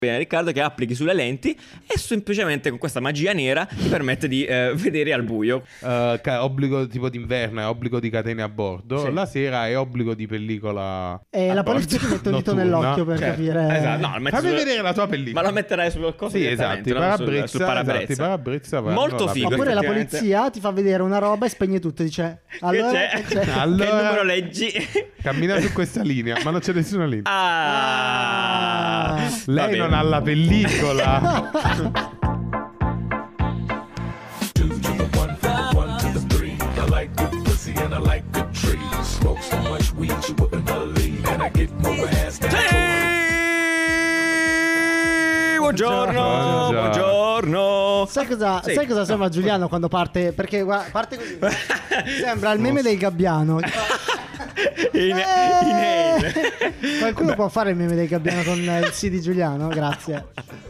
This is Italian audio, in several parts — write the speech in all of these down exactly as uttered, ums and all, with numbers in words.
bene Riccardo, che applichi sulle lenti e semplicemente con questa magia nera ti permette di eh, vedere al buio. Uh, ca- obbligo tipo d'inverno è obbligo di catene a bordo, Sì. La sera è obbligo di pellicola. E la polizia ti mette un dito notturna. nell'occhio per Certo. capire. Esatto. No, lo metti Fammi sul- vedere la tua pellicola. Ma lo metterai sul coso Sì, esatto, direttamente, i no? sul, parabrezza, sul parabrezza. esatto, i parabrezza vanno Molto alla figo. Oppure la effettivamente. polizia ti fa vedere una roba e spegne tutto. Dice allora, Che c'è? c'è? Allora- Che numero leggi? Cammina su questa linea, ma non c'è nessuna linea. Ah, Ah. Va Lei bene. non ha la pellicola. Two to the one, from the one to the three. I like good pussy and I like good trees. Smoke so much weed you wouldn't believe, and I get more ass than Sì! Buongiorno, Buongiorno. buongiorno. Sai cosa, Sì. sai cosa sembra Giuliano quando parte? Perché guarda, parte così. Sembra il meme del gabbiano. In, in Eh! Qualcuno può fare il meme del gabbiano con il sì di Giuliano? Grazie.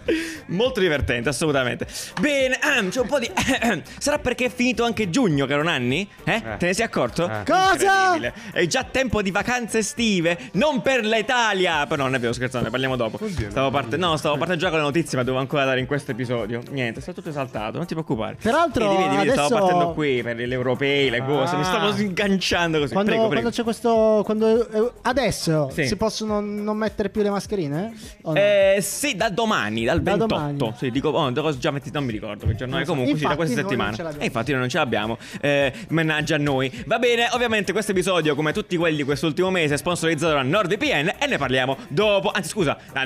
Molto divertente, assolutamente. Bene, ehm, c'è un po' di... Sarà perché è finito anche giugno, caro Nanni? Eh? Eh. Te ne sei accorto? Eh. Cosa? Incredibile. È già tempo di vacanze estive, non per l'Italia. Però non è vero, scherzando, ne parliamo dopo. Oddio, Stavo no. parte... No, stavo partendo già con le notizie, ma devo ancora dare in questo episodio. Niente, sta tutto esaltato, non ti preoccupare. Peraltro, Vedi, vedi, vedi, adesso- stavo partendo qui per gli europei, le cose. Mi Ah. stavo sganciando così. Quando, prego, quando prego. c'è questo. Quando, eh, adesso Sì. si possono non mettere più le mascherine? O no? Eh, sì, da domani, dal Da ventotto. domani. Sì, dico, oh, già metti, non mi ricordo che giorno è. Non so. Comunque, sì, da Infatti questa noi settimana. non ce l'abbiamo. E infatti, noi non ce l'abbiamo. Eh, mannaggia a noi. Va bene, ovviamente, questo episodio, come tutti quelli di quest'ultimo mese, è sponsorizzato da NordVPN. E ne parliamo dopo. Anzi, scusa, da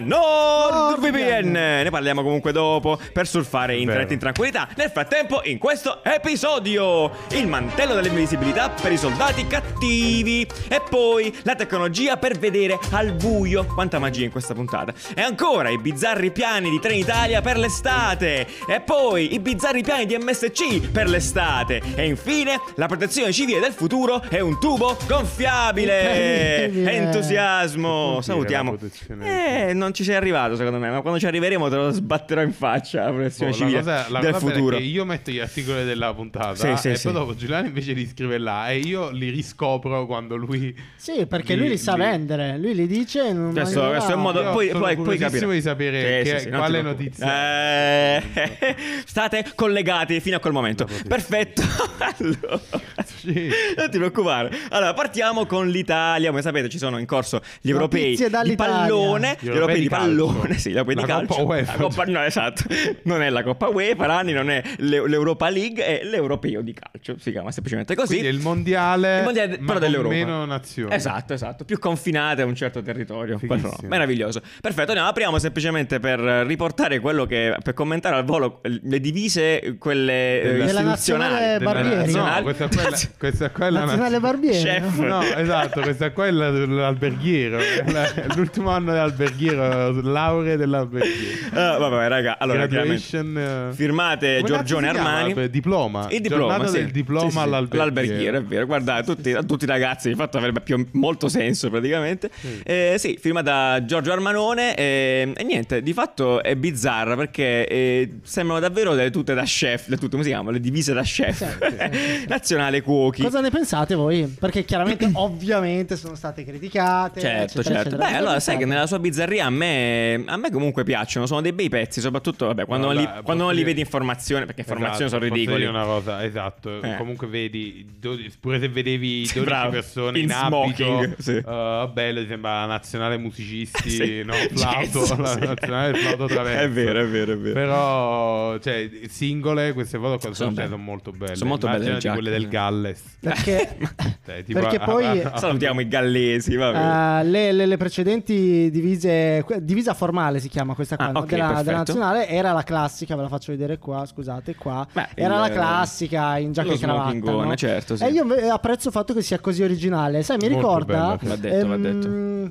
NordVPN. Ne parliamo comunque dopo per surfare internet Vero. in tranquillità. Nel frattempo, in questo episodio, il mantello dell'invisibilità per i soldati cattivi. E poi la tecnologia per vedere al buio. Quanta magia in questa puntata. E ancora i bizzarri piani di Trenitalia per l'estate. E poi i bizzarri piani di M S C per l'estate. E infine la protezione civile del futuro è un tubo gonfiabile. Incredibile. Entusiasmo. Che vuol dire Salutiamo. la protezione? Eh, non ci sei arrivato secondo me. Ma quando ci arriveremo te lo sbatterò in faccia. La protezione Boh, la civile cosa, la del cosa bella è futuro. che io metto gli articoli della puntata Sì, sì, e sì. poi dopo Giuliano invece li scrive là e io li riscopro quando lui. Sì, perché li- lui li sa li- vendere. Lui li dice in una Questo, maniera- questo è un modo. Io Poi, sono poi, poi curiosissimo capire di sapere che- non quale ti notizia. preoccupare. Eh, state collegati fino a quel momento. Dopo ti- Perfetto. Allora, Sì. non ti preoccupare. Allora, partiamo con l'Italia. Come sapete, ci sono in corso gli europei Notizie di dall'Italia. pallone. Gli europei di calcio. pallone. Sì, gli europei di La calcio. Coppa UEFA. La Coppa- no, esatto. Non è la Coppa UEFA, Rani, non è l'E- l'Europa League, è l'Europeo di calcio. Si chiama semplicemente così. Quindi è il mondiale, Il mondiale, ma però con dell'Europa. meno nazioni. Esatto, esatto. Più confinate a un certo territorio. Fighissimo. Però no, meraviglioso. Perfetto, andiamo, apriamo semplicemente per riportare quello che. Per commentare al volo le divise, quelle eh, Della istituzionali. nazionale della Barbieri. nazionale. No, questa qua è la, questa qua è la Nazionale Barbieri. Chef. No, esatto, questa qua è la- l'alberghiero. È la- è l'ultimo anno dell'alberghiero, laurea dell'alberghiero. Ah, vabbè, raga, allora chiaramente Graduation. eh, firmate come Giorgione cazzo si chiama? Armani. Per diploma. Il diploma, Giornata sì. del diploma Sì, sì, sì. all'alberghiero. L'alberghiero, è vero. Guardate, tutti, a tutti i ragazzi, di fatto avrebbe più molto senso praticamente. Sì. Eh, sì, firma da Giorgio Armanone. eh, e niente, di fatto è bizzarra perché eh, sembrano davvero delle tute da chef. Le tute, come si chiamano? Le divise da chef. Sì, sì, sì, sì. Nazionale cuochi. Cosa ne pensate voi? Perché chiaramente, ovviamente, sono state criticate. Certo, eccetera, certo. eccetera. Beh, Cosa allora ne sai che pensate? nella sua bizzarria a me, a me comunque piacciono, sono dei bei pezzi, soprattutto vabbè, quando, Guarda, non, li, posso quando non li dire- vedi in formazione, perché informazioni Esatto, sono posso ridicoli. dire una cosa, esatto. Eh. Comunque vedi, dodici pure se vedevi Sì, dodici bravo. persone In in, abito, smoking, sì. eh, bello, sembra la nazionale musicisti, Sì. no? Flauto, Jazz, la sì. nazionale del flauto traverso. È vero, è vero, è vero. Però, cioè, singole, queste foto qua Sono sono, cioè, belle. sono molto belle. Sono molto belle le Immaginati quelle giacche, del Galles. Perché, Cioè, tipo, perché ah, poi ah, ah, Salutiamo i gallesi, va bene. eh, le, le- le precedenti divise, que- divisa formale si chiama questa qua, Ah, no? ok, della, perfetto. della nazionale, era la classica, ve la faccio vedere qua, scusate, qua. Beh, era il- la classica in giacca lo e cravatta, smokingone, no? certo, sì. E io inve- apprezzo il fatto che sia così originale. Sai, mi Molto ricorda bella, Va detto, va detto. ehm,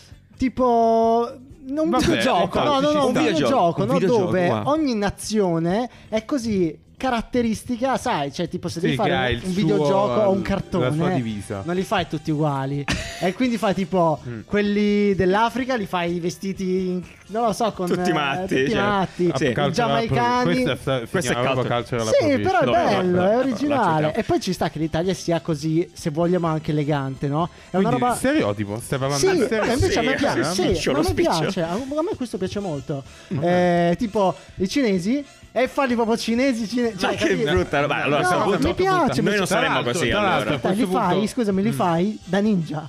tipo un Vabbè, videogioco, infatti, no, no, ci no, un sta. videogioco, Un no, videogioco, dove wow. ogni nazione è così caratteristica, sai, cioè tipo se Sì, devi che ha fare il un, un suo- videogioco o un la cartone, sua divisa. non li fai tutti uguali. E quindi fai tipo quelli dell'Africa li fai vestiti in- non lo so, con Tutti eh, matti, tutti cioè. matti, Sì. i giamaicani. Questo è, sta- si Questo è chiama proprio culture. cultural Sì, però è No, no, bello, no, è no, originale. l'accettiamo. E poi ci sta che l'Italia sia così, se vogliamo, anche elegante, no? È una Quindi roba. stereotipo, stai parlando Sì, di e stereotipo. invece a me Sì, piace, sì, sì, spiccio, a lo me spiccio. piace, a a me questo piace molto. Eh, tipo i cinesi e farli proprio cinesi, cinesi. Ma Cioè, che capito? brutta roba. Allora, No, a questo mi punto- piace, Noi mi- non Tra saremmo l'altro- così tra allora. l'altro- Aspetta, li questo fai, punto- scusami, li fai da ninja.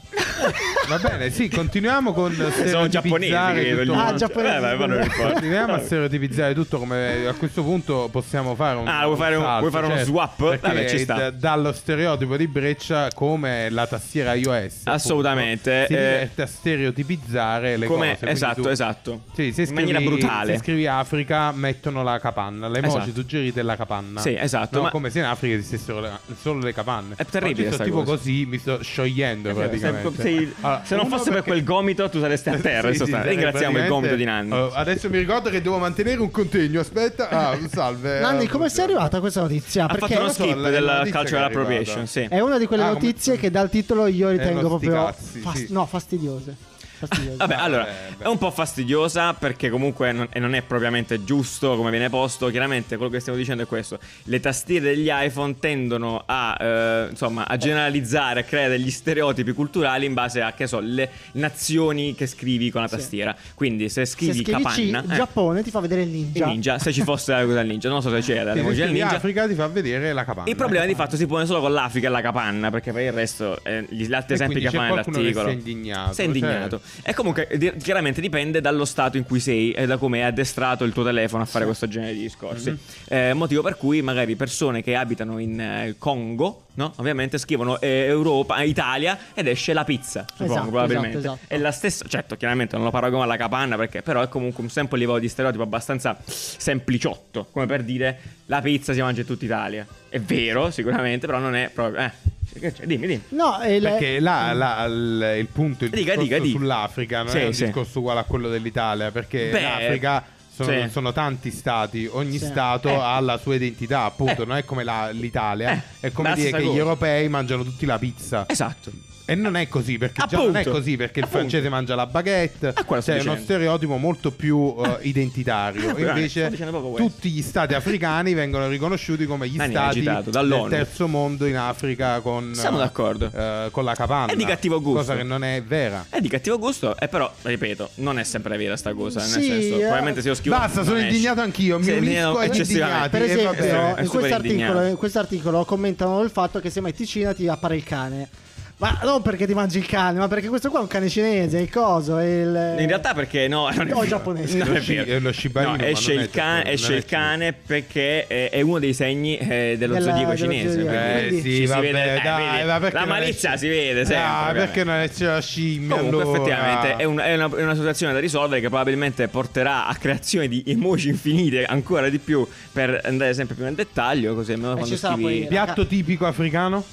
Va bene, sì, continuiamo con Sono giapponesi, stereotipizzare credo, tutto. gli- Ah, giapponesi. Eh, vai, ma non importa. Continuiamo a stereotipizzare tutto, come a questo punto possiamo fare un Ah, vuoi fare un- salto, vuoi fare uno certo, swap? perché Vabbè, ci sta. d- dallo stereotipo di Breccia come la tastiera iOS Assolutamente, appunto, si eh, diverte a stereotipizzare le Come, cose, quindi esatto, tu- esatto. Sì, se in maniera scrivi- brutale. Se scrivi Africa mettono la capanna, le emoji Esatto. suggerite la capanna. Sì, esatto, No, ma- come se in Africa esistessero le- solo le capanne. È terribile Oggi sto sta tipo cosa. così, mi sto sciogliendo Se, praticamente. sei- Allora, se non uno fosse per perché- quel gomito, tu saresti a terra. Sì, in sì, sostanza. sì, Ringraziamo il gomito di Nanni. Oh, adesso mi ricordo che devo mantenere un contegno. Aspetta, ah, salve. Nanni, Ah, come sei arrivato a questa notizia? Ha Perché fatto uno so, skip la- la della notizia cultural che è arrivata. appropriation. Sì. è una di quelle Ah, come- notizie che dal titolo io ritengo Erano sti proprio cazzi, fas- sì. no, fastidiose. Fastidiose. Vabbè, allora, beh, beh. è un po' fastidiosa perché comunque non, e non è propriamente giusto come viene posto. Chiaramente quello che stiamo dicendo è questo: le tastiere degli iPhone tendono a, eh, insomma, a generalizzare, a creare degli stereotipi culturali in base a, che so, le nazioni che scrivi con la Sì. tastiera. Quindi se Se scrivi, scrivi C, capanna, eh, Giappone ti fa vedere il il ninja. ninja, se ci fosse la cosa del ninja, non so se c'era Sì, l'emoji se del scrivi ninja. Africa ti fa vedere la capanna. Il problema di fatto si pone solo con l'Africa e la capanna, perché per il resto eh, gli altri E esempi quindi che c'è fa qualcuno che nell'articolo. si è indignato, Sei indignato. E comunque di- chiaramente dipende dallo stato in cui sei e da come è addestrato il tuo telefono a fare questo genere di discorsi. Mhm. Eh, motivo per cui magari persone che abitano in eh, Congo, no? Ovviamente scrivono eh, Europa, eh, Italia ed esce la pizza, suppongo, Esatto, probabilmente. esatto, esatto. È la stessa, certo, chiaramente non lo paragono alla capanna perché però è comunque un sempre un livello di stereotipo abbastanza sempliciotto, come per dire la pizza si mangia in tutta Italia. È vero, sicuramente, però non è proprio eh, che c'è? Dimmi, dimmi. No, e le- Perché là, là, il, il punto, il Dica, discorso dica, dica. sull'Africa non Sì, è un sì. discorso uguale a quello dell'Italia, perché Beh, in Africa sono, sì. sono tanti stati, ogni Sì. stato Eh. ha la sua identità, appunto, Eh. non è come la- l'Italia, Eh, è come la dire stessa che cosa. gli europei mangiano tutti la pizza. Esatto. E non è così, perché già non è Appunto. così, perché il Appunto. francese mangia la baguette, Ah, quello sto cioè è uno dicendo. stereotipo molto più eh, identitario. Ah, sto Invece dicendo proprio questo. tutti gli stati africani vengono riconosciuti come gli Nanni è stati agitato, del dall'ONU. terzo mondo in Africa con, Siamo eh, d'accordo. eh, con la capanna. È di cattivo gusto. Cosa che non è vera. È di cattivo gusto, e però, ripeto, non è sempre vera sta cosa. Nel Sì, senso, eh. probabilmente se io scrivo. Basta, sono non esce. indignato anch'io, mi Sei unisco indignato agli eccessivamente. indignati. per Eh, esempio, vabbè, è in super questo articolo, indignato. in questo articolo commentano il fatto che se metti Cina ti appare il cane. Ma non perché ti mangi il cane, ma perché questo qua è un cane cinese, il coso, è il... In realtà perché no, non è O vero. giapponese. Non Lo è sci- vero. eh, lo Shiba Inu, No, ma esce non è il, cane, giapponese, esce non è il cane perché è, è uno dei segni eh, dello Della- zodiaco dello cinese. zodiaco. quindi Eh Quindi- sì, ci si vabbè, vede- eh, dai, vedi, ma perché la non malizia esce- si vede sempre. Ah, ovviamente. perché non esce la scimmia? Comunque allora? effettivamente è, un- è una, è una situazione da risolvere che probabilmente porterà a creazione di emoji infinite ancora di più per andare sempre più nel dettaglio, così almeno quando ci sarà scrivi poi- Piatto tipico africano?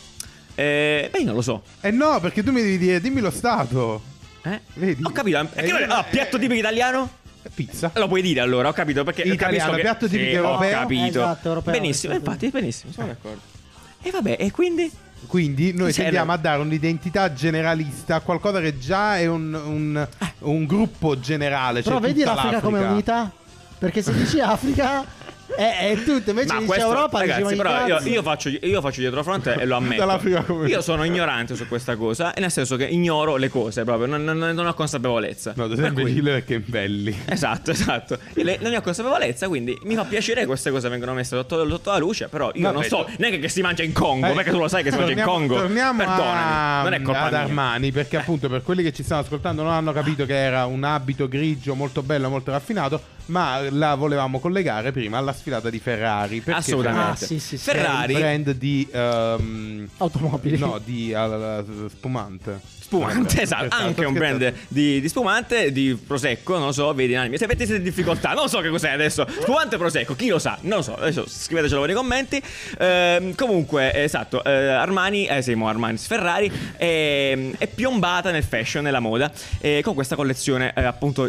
eh, beh, io non lo so. Eh no, perché tu mi devi dire, dimmi lo stato. Eh? Vedi? Ho capito. Eh, Che non è- io- ah, piatto tipico italiano? Pizza. Lo puoi dire allora, ho capito perché Italiano, capisco che- piatto tipico sì, europeo. Ho capito. Esatto, europeo, Benissimo, esatto. infatti, benissimo, sono d'accordo. E vabbè, e quindi? Quindi noi Sì, tendiamo no. a dare un'identità generalista a qualcosa che già è un, un, un gruppo generale. Però cioè vedi tutta l'Africa come l'Africa. unità? Perché se dici Africa è, è tutto, invece Ma dici questo, Europa, ragazzi, dici, ma però i io, cazzi. io faccio, io faccio dietro fronte e lo ammetto. Dall'Africa come- Io sono ignorante su questa cosa, e nel senso che ignoro le cose proprio, non, non- non ho consapevolezza. No, tu Per sei cui- imbecille perché belli. Esatto, esatto. Io le- non ne ho consapevolezza, quindi mi fa piacere che queste cose vengono messe sotto, sotto la luce. Però io Vabbè, non so to- neanche che si mangia in Congo, Eh, perché tu lo sai che si mangia in torniamo- Congo. Torniamo Perdonami, a, non è colpa ad mia. Armani, perché appunto per quelli che ci stanno ascoltando non hanno capito che era un abito grigio molto bello, molto raffinato, ma la volevamo collegare prima alla sfilata di Ferrari. Perché Assolutamente. Ah, sì, sì, sì. Ferrari, È un brand di ehm, Automobili. no, di uh, spumante. spumante, Vabbè, esatto, scherzando, anche un scherzando. brand di, di spumante, di prosecco, non lo so, vedi Nanni, se avete siete in difficoltà, non so che cos'è adesso, spumante prosecco, chi lo sa, non lo so, adesso scrivetecelo nei commenti. Ehm, comunque, esatto, eh, Armani, eh sì, mo Armani, Ferrari è, è piombata nel fashion, nella moda, eh, con questa collezione eh, appunto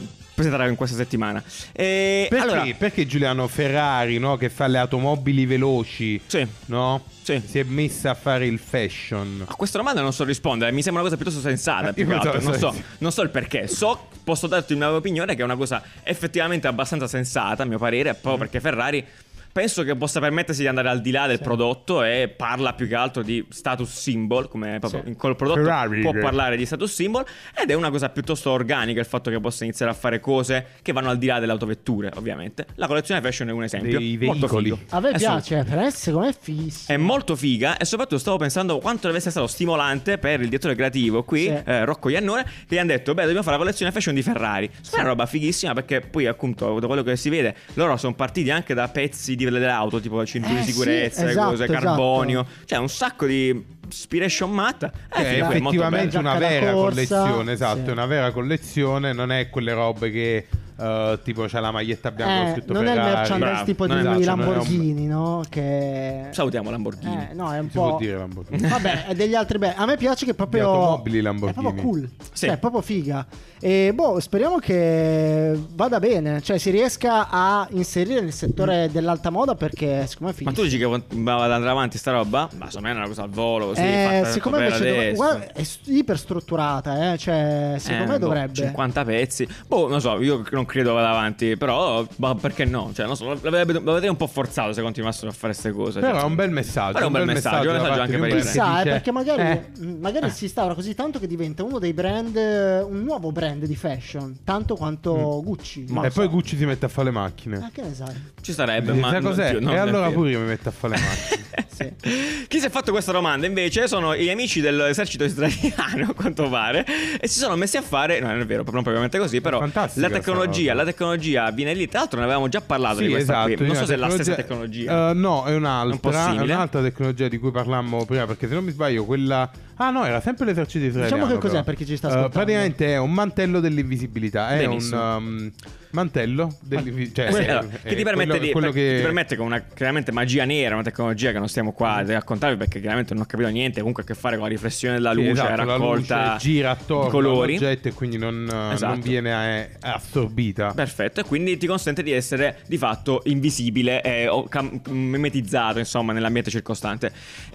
presenterà in questa settimana. E Perché? allora, Perché Giuliano Ferrari, no, che fa le automobili veloci, sì. no? Sì. Si è messa a fare il fashion. A questa domanda non so rispondere, mi sembra una cosa piuttosto sensata. Eh, Più io che altro. so- Non, so, so- non so il perché. So, posso darti una mia opinione, che è una cosa effettivamente abbastanza sensata, a mio parere, proprio perché Ferrari penso che possa permettersi di andare al di là del prodotto e parla più che altro di status symbol, come proprio Sì. in quel prodotto Ferrari. può parlare di status symbol, ed è una cosa piuttosto organica il fatto che possa iniziare a fare cose che vanno al di là delle autovetture, ovviamente. La collezione fashion è un esempio. Dei molto veicoli. figo. A me È assolut- piace, per essere secondo me è fighissimo. È molto figa, e soprattutto stavo pensando quanto deve essere stato stimolante per il direttore creativo qui, Sì. eh, Rocco Iannone, che gli hanno detto: beh, dobbiamo fare la collezione fashion di Ferrari. È una roba fighissima, perché poi appunto da quello che si vede loro sono partiti anche da pezzi di, delle auto, tipo cinture Eh, di sì, sicurezza, esatto, cose, esatto. carbonio, cioè un sacco di inspiration matta. Che è figo, molto effettivamente bello. una Giacca da vera corsa, collezione, esatto, sì. è una vera collezione, non è quelle robe che eh, tipo c'è la maglietta bianca con Eh, scritto non è il Ferrari. merchandise Bravo, tipo non di è- esatto, non è un- Lamborghini, no? Che... Salutiamo Lamborghini. Eh, no, è un Si po'. può dire Lamborghini. Vabbè, è degli altri be- a me piace che proprio Di automobili Lamborghini. è proprio cool. Sì. Cioè, è proprio figa. E boh, speriamo che vada bene, cioè si riesca a inserire nel settore dell'alta moda, perché secondo me è figo. Ma tu dici che va ad andare avanti sta roba? Ma secondo me è una cosa al volo, così, eh, fatta secondo me per invece dov- adesso. guarda, è s- iper strutturata, eh, cioè secondo Eh, me boh, dovrebbe. cinquanta pezzi. Boh, non so, io non credo vada avanti, però ma perché no? Cioè, non so, lo, lo vedrei lo vedrei un po' forzato se continuassero a fare queste cose. Però cioè. è un bel messaggio. Però è un bel messaggio, è un da messaggio parte anche di un per il brand brand. Chissà, che eh, dice- perché magari, eh, mh, magari si instaura così tanto che diventa uno dei brand, un nuovo brand di fashion, tanto quanto Gucci. non E lo poi so. Gucci si mette a fare le macchine. Ah, che ne sai? Ci sarebbe, Sai ma non cos'è? più, non e è allora vero. pure io mi metto a fare le macchine. Sì. Chi si è fatto questa domanda invece sono gli amici dell'esercito israeliano, a quanto pare, e si sono messi a fare, no, non è vero, non propriamente così, però fantastica la tecnologia, sta cosa. la tecnologia viene lì. Tra l'altro ne avevamo già parlato di Sì, questa esatto. qui. Non so una se è la stessa tecnologia. Eh, no, è È un un'altra. po' È simile. un'altra tecnologia di cui parlammo prima. Perché se non mi sbaglio, quella. Ah, no, era sempre l'esercito israeliano. Diciamo che cos'è però. per chi ci sta Eh, ascoltando. praticamente è un mantello dell'invisibilità. È Benissimo. un um, mantello dell'invisibilità. Eh Cioè, sì, allora, è- che ti è permette, quello, di, quello per- che ti permette con una chiaramente magia nera, una tecnologia che non stiamo qua a raccontarvi, perché chiaramente non ho capito niente. Comunque ha a che fare con la riflessione della Sì, luce, esatto, la raccolta luce gira di attorno colori. all'oggetto e quindi non, eh, Esatto. non viene eh, assorbita. Perfetto, e quindi ti consente di essere di fatto invisibile e o cam- mimetizzato, insomma, nell'ambiente circostante.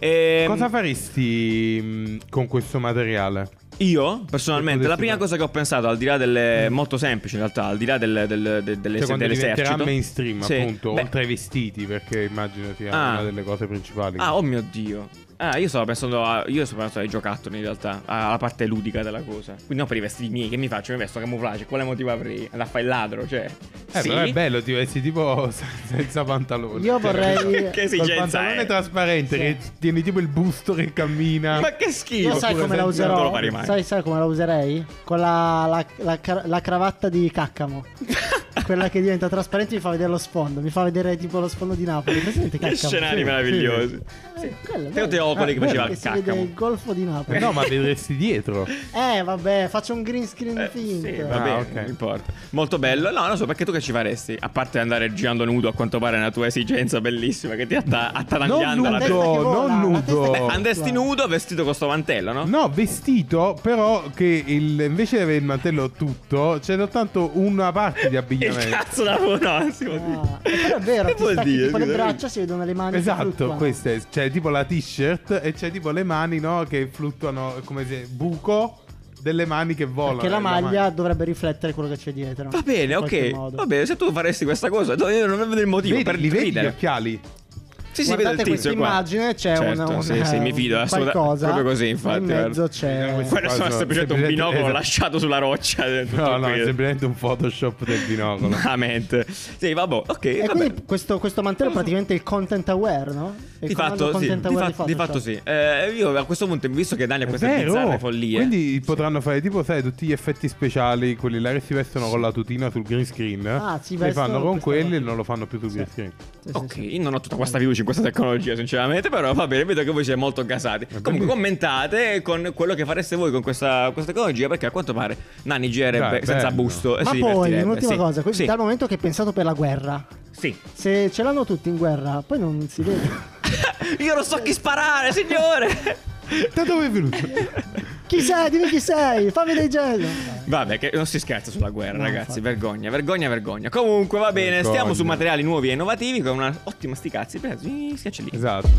E Cosa faresti mh, con questo materiale? io, personalmente, Se la potessi prima fare- cosa che ho pensato, al di là delle molto semplici in realtà, al di là del, del, del, delle- Cioè, quando diventerà dell'esercito mainstream, Sì. appunto, Beh, oltre ai vestiti, perché immagino sia Ah. una delle cose principali. Ah, oh mio Dio. Ah, io stavo pensando a, io stavo pensando ai giocattoli in realtà, alla parte ludica della cosa. Quindi non per i vestiti miei, che mi faccio? Mi vesto camouflage, quale motivo avrei? Andare a fare il ladro, cioè. Eh, sì. però è bello, ti vesti tipo senza pantaloni. Io Cioè, vorrei Che col esigenza pantalone è? trasparente, Sì. che tieni tipo il busto che cammina. Ma che schifo. Io sai Oppure come la senza- non userò? lo farei mai. Sai, sai come la userei? Con la, la, la, ca- la cravatta di Caccamo. Quella che diventa trasparente mi fa vedere lo sfondo. Mi fa vedere tipo lo sfondo di Napoli. Presente Che Caccamo? scenari Sì, meravigliosi. Sì, quello, Te dai. te ho quelli che Ah, faceva Che il si vede caccamo. il golfo di Napoli. Eh no, ma vedresti dietro. Eh vabbè, faccio un green screen Eh, finto. sì, Ah, vabbè, ok. non importa. Molto bello. No, non so, perché tu che ci faresti? A parte andare girando nudo, a quanto pare è una tua esigenza bellissima che ti atta- attanagliando Non la testa nudo, che vola, non la testa nudo. che Beh, andresti nudo, vestito con sto mantello, no? No, vestito, però che il- invece di avere il mantello tutto, c'è soltanto una parte di Il abbigliamento. cazzo da no, si può dire. Ah, però è vero, Che ti vuol stacchi dire? tipo le Scusa, braccia, si vedono le mani che Esatto, fluttuano. questo è, c'è tipo la t-shirt e c'è tipo le mani, no, che fluttuano come se buco delle mani che volano. Perché la e maglia dovrebbe riflettere quello che c'è dietro. Va bene, in qualche ok. modo. Va bene, se tu faresti questa cosa, no, io non vedo il motivo Vedi, per li vedi gli ridere. occhiali? Sì, sì, vedo il Guardate tizio questa qua. immagine, c'è Certo, una, una sì, sì, mi fido, assolutamente. qualcosa. Proprio così, infatti, In guarda. mezzo c'è. Questo Quello sono Guarda, semplicemente un semplicemente- binocolo esatto. lasciato sulla roccia. tutto No, no, qui. è semplicemente un Photoshop del binocolo. Veramente. Sì, vabbè, ok. E vabbè. quindi questo, questo mantello è praticamente il content aware, no? Il Di comando fatto, sì, content di, aware fa- di fatto Photoshop. sì. Eh, io a questo punto, visto che Dani ha È queste vero. bizzarre follie, Quindi potranno fare tipo, sai, tutti gli effetti speciali, quelli là che si vestono con la tutina sul green screen. Ah, si li vestono fanno con questa quelli cosa. e non lo fanno più sul green screen. Sì, sì, ok, sì. io non ho tutta questa fiducia in questa tecnologia, sinceramente, però va bene, vedo che voi siete molto gasati. Comunque bellissimo. commentate con quello che fareste voi con questa, questa tecnologia, perché a quanto pare Nanni girerebbe Dai, senza bello. busto e Ma si poi, divertirebbe. un'ultima Sì. cosa, quindi Sì. dal momento che è pensato per la guerra, Sì. se ce l'hanno tutti in guerra, poi non si vede. Io non so chi sparare, signore. Da dove è venuto? Chi sei? Dimmi chi sei, fammi dei geni. Vabbè, che non si scherza sulla guerra, No, ragazzi. infatti. Vergogna, vergogna, vergogna. Comunque va bene, Vergogna. stiamo su materiali nuovi e innovativi con una ottima sti cazzi. Sì, schiaccia lì. Esatto.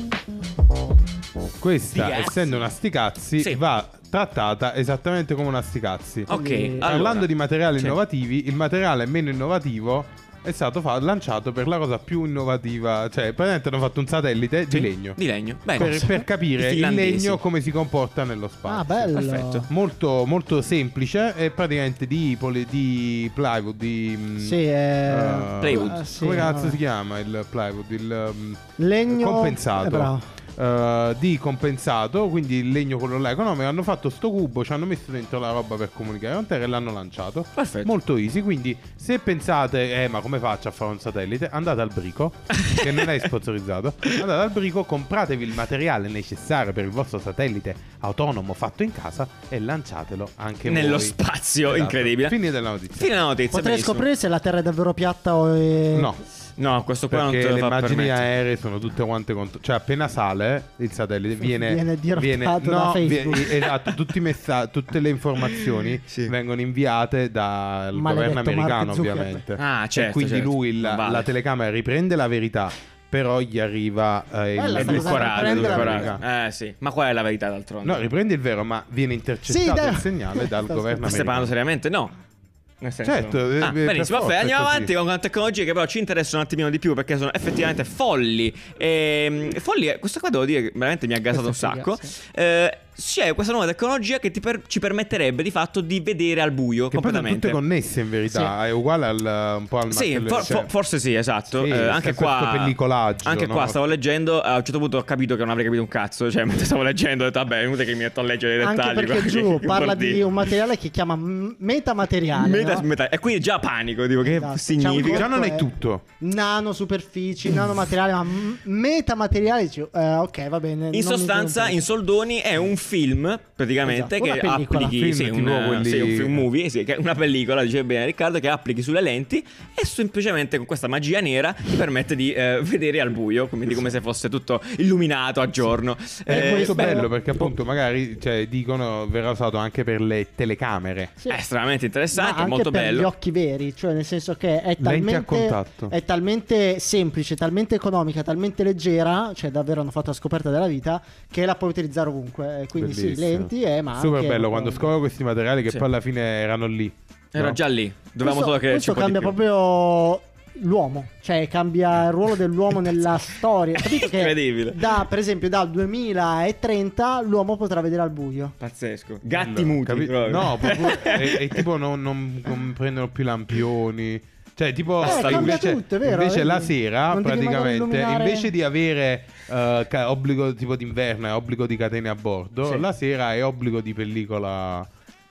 Questa, Sti cazzi. essendo una sticazzi, Sì. va trattata esattamente come una sticazzi. Ok, Quindi- Parlando allora, di materiali sì. innovativi, il materiale meno innovativo è stato fa- lanciato per la cosa più innovativa. Cioè, praticamente hanno fatto un satellite Sì, di legno Di legno. Bene. per, per capire I il finlandesi. legno come si comporta nello spazio. Ah, bello. Perfetto. Molto, molto semplice. È praticamente di, poli- di plywood. Di mm, Sì, è... eh, Plywood. Ah, sì, come cazzo vabbè. si chiama il plywood? Il mm, Legno compensato. Eh, bravo. eh, di compensato, quindi il legno quello là economico. Hanno fatto sto cubo, ci hanno messo dentro la roba per comunicare con terra e l'hanno lanciato. Perfetto. Molto easy. Quindi se pensate, eh ma come faccio a fare un satellite? Andate al Brico, che non è sponsorizzato. Andate al Brico, compratevi il materiale necessario per il vostro satellite autonomo fatto in casa e lanciatelo anche Nello voi. spazio, Esatto. incredibile. Fine della notizia. Fine la notizia. Potrei benissimo. scoprire se la Terra è davvero piatta o è... No, No, questo qua non perché te lo le fa immagini permettere. aeree sono tutte quante contro... Cioè appena sale il satellite viene... Viene dirottato da no, Facebook. vie- esatto, tutti i messa- tutte le informazioni Sì. vengono inviate dal Maledetto governo americano Mark Zuckerberg. ovviamente. Ah, certo, E quindi certo. lui, la, Non vale. la telecamera riprende la verità, però gli arriva eh, Bella il... sta cosa, Edulcorato, riprende la edulcorato. Eh sì, ma qual è la verità d'altronde? No, riprende il vero, ma viene intercettato Sì, dai. il segnale dal Sto governo Ma stai parlando americano. seriamente? No. Nel senso... Certo, eh, ah, per benissimo, forza vabbè, è andiamo così. avanti con tecnologie che però ci interessano un attimino di più perché sono effettivamente folli. Ehm, folli, eh, questa qua devo dire che veramente mi ha gasato un Questa è figa, sacco. sì. Eh, c'è questa nuova tecnologia che ti per- ci permetterebbe di fatto di vedere al buio Che poi sono completamente. tutte connesse in verità, è uguale al, un po' al Sì, Mark- for- cioè- for- forse sì, esatto. Sì, Eh, anche questo qua, pellicolaggio, anche no? qua stavo leggendo. A un certo punto ho capito che non avrei capito un cazzo. Cioè, mentre stavo leggendo, ho detto, vabbè, è inutile che mi metto a leggere dei dettagli. Anche perché qua, giù che parla vuol di dire. un materiale che chiama m- metamateriale, Meta- no? meta- e quindi già panico, dico, che Esatto. significa? Già non è Comunque- tutto. Nano superfici, nanomateriale, ma m- metamateriale dici, eh, ok, va bene. In non mi sostanza, interessa. in soldoni è un film praticamente Esatto, che una pellicola. applichi Film sì, tipo un, quelli- sì, un film movie, sì, che è una pellicola, dice bene Riccardo, che applichi sulle lenti e semplicemente con questa magia nera ti permette di eh, vedere al buio, quindi come se fosse tutto illuminato a giorno. È Eh, molto beh, bello perché appunto magari cioè, dicono verrà usato anche per le telecamere. Sì. È estremamente Ma interessante, anche molto per bello. gli occhi veri, cioè nel senso che è Lenti a talmente, contatto. è talmente semplice, talmente economica, talmente leggera, cioè davvero hanno fatto la scoperta della vita, che la puoi utilizzare ovunque. Quindi sì, Bellissimo. lenti e ma Super anche- bello quando scopro questi materiali che Sì. poi alla fine erano lì. Era no? già lì, dovevamo questo, solo che questo ci un po' di cambia più. proprio l'uomo, cioè cambia il ruolo dell'uomo nella storia. Capito che Incredibile. da, per esempio dal duemilatrenta l'uomo potrà vedere al buio. Pazzesco. Gatti Bello, muti. capi- proprio. No, proprio, e, e tipo non, non- non prendono più lampioni. Cioè, tipo, Eh, cambia invece, tutto, è vero, invece vedi? la sera, Non ti rimangono a praticamente, illuminare- invece di avere eh, ca- obbligo tipo d'inverno e obbligo di catene a bordo, Sì. la sera è obbligo di pellicola.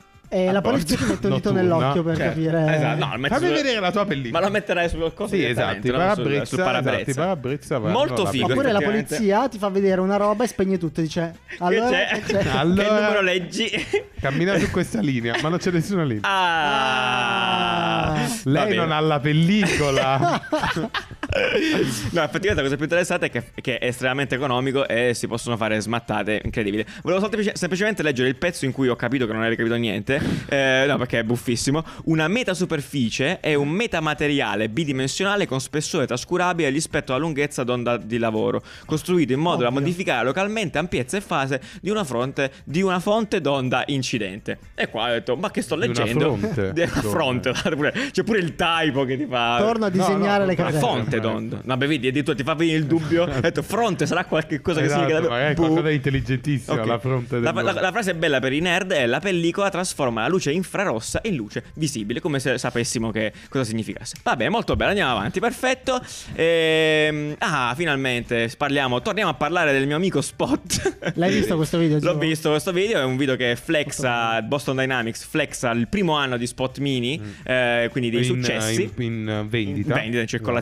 E A la bordo. polizia ti mette un dito Notturna. nell'occhio per Cioè, capire. esatto, no, lo metti Fammi sul- vedere la tua pellicola. Ma lo metterai sul coso Sì, esatto, i parabrezza, sul parabrezza. esatto, i parabrezza vanno Molto alla figo. polizia. Oppure la effettivamente. polizia ti fa vedere una roba e spegne tutto. Dice allora che che c'è? c'è? Allora- Che numero leggi? Cammina su questa linea, ma non c'è nessuna linea. Ah, Lei va bene. non ha la pellicola. No, effettivamente la cosa più interessante è che, che è estremamente economico e si possono fare smattate incredibili. Volevo semplice- semplicemente leggere il pezzo in cui ho capito che non avevi capito niente. Eh, no, perché è buffissimo. Una metasuperficie è un metamateriale bidimensionale con spessore trascurabile rispetto alla lunghezza d'onda di lavoro, costruito in modo da Ovvio. modificare localmente ampiezza e fase di una fronte di una fonte d'onda incidente. E qua ho detto, ma che sto Di una leggendo? fronte Di una d'onda. fronte. Pure- C'è pure il typo che ti fa. Torno a disegnare no, le una Una catene. fonte d'onda. Vabbè, vedi, addirittura ti fa venire il dubbio. Ho detto, fronte sarà qualche cosa che Esatto, significa magari Boh. qualcosa di intelligentissimo, Ok. la fronte la, del- la- la frase bella per i nerd è: la pellicola trasforma la luce infrarossa in luce visibile, come se sapessimo che cosa significasse. Vabbè, molto bene, andiamo avanti, perfetto. Ehm, ah, finalmente parliamo, torniamo a parlare del mio amico Spot. L'hai visto questo video, L'ho Gio? visto questo video, è un video che flexa Boston Dynamics, flexa il primo anno di Spot Mini, eh, quindi dei in, successi. in, in vendita. In vendita, in circolazione per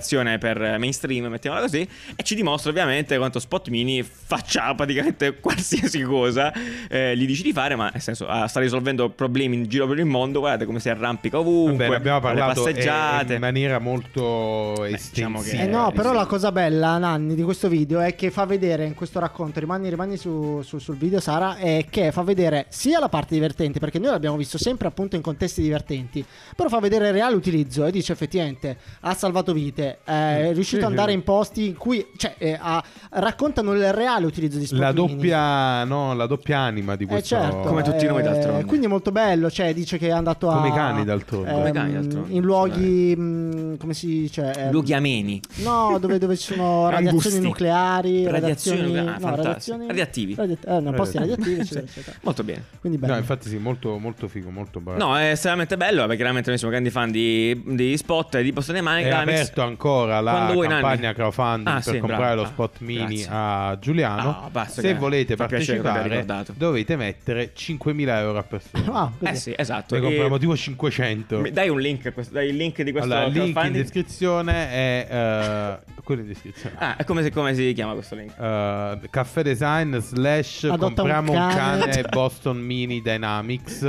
per mainstream, mettiamola così, e ci dimostra ovviamente quanto Spot Mini faccia praticamente qualsiasi cosa eh, gli dici di fare, ma nel senso ah, sta risolvendo problemi in giro per il mondo. Guardate come si arrampica ovunque. Vabbè, abbiamo parlato le passeggiate eh, in maniera molto estensiva. diciamo che- Eh no, Eh, però sì. la cosa bella, Nanni, di questo video è che fa vedere in questo racconto, rimani, rimani su, su- sul video Sara, è che fa vedere sia la parte divertente, perché noi l'abbiamo visto sempre appunto in contesti divertenti, però fa vedere il reale utilizzo e dice effettivamente ha salvato vite, è riuscito sì, ad andare sì. in posti in cui, cioè, eh, ha- raccontano il reale utilizzo di Spot La Mini. doppia, no, la doppia anima di Eh questo. certo, Come tutti noi, eh, d'altronde. quindi è molto bello, cioè dice che è andato a Come i cani, d'altronde. Come i ehm, cani, d'altronde, in luoghi mh, come si dice ehm, luoghi ameni. no, dove, dove ci sono radiazioni Angusti. nucleari, Radiazioni radiazioni, nucleari, no, fantastico. radiazioni Radioattivi. radi- eh, no, posti radioattivi, Sì. eccetera, eccetera. Molto bene. Quindi bello. No, infatti sì, molto, molto figo, molto bravo. No, è estremamente bello perché veramente noi siamo grandi fan di, di Spot e di Posto dei Mani. È aperto ancora la Quando vuoi, campagna Nanni. crowdfunding Ah, per sì, comprare bravo. lo Spot Ah, Mini grazie. a Giuliano. Ah, basta Se che volete fa piacere che abbia partecipare ricordato. dovete mettere cinquemila euro a persona. Ah, così. Eh sì, esatto. Ne E- compriamo tipo cinquecento. Mi- Dai un link, a questo- dai il link di questo Allora, il link in crowdfunding. descrizione è eh, quello in descrizione. Ah, e come si, come si chiama questo link? Uh, Caffè Design slash Adotta un compriamo un cane, cane. Boston Mini Dynamics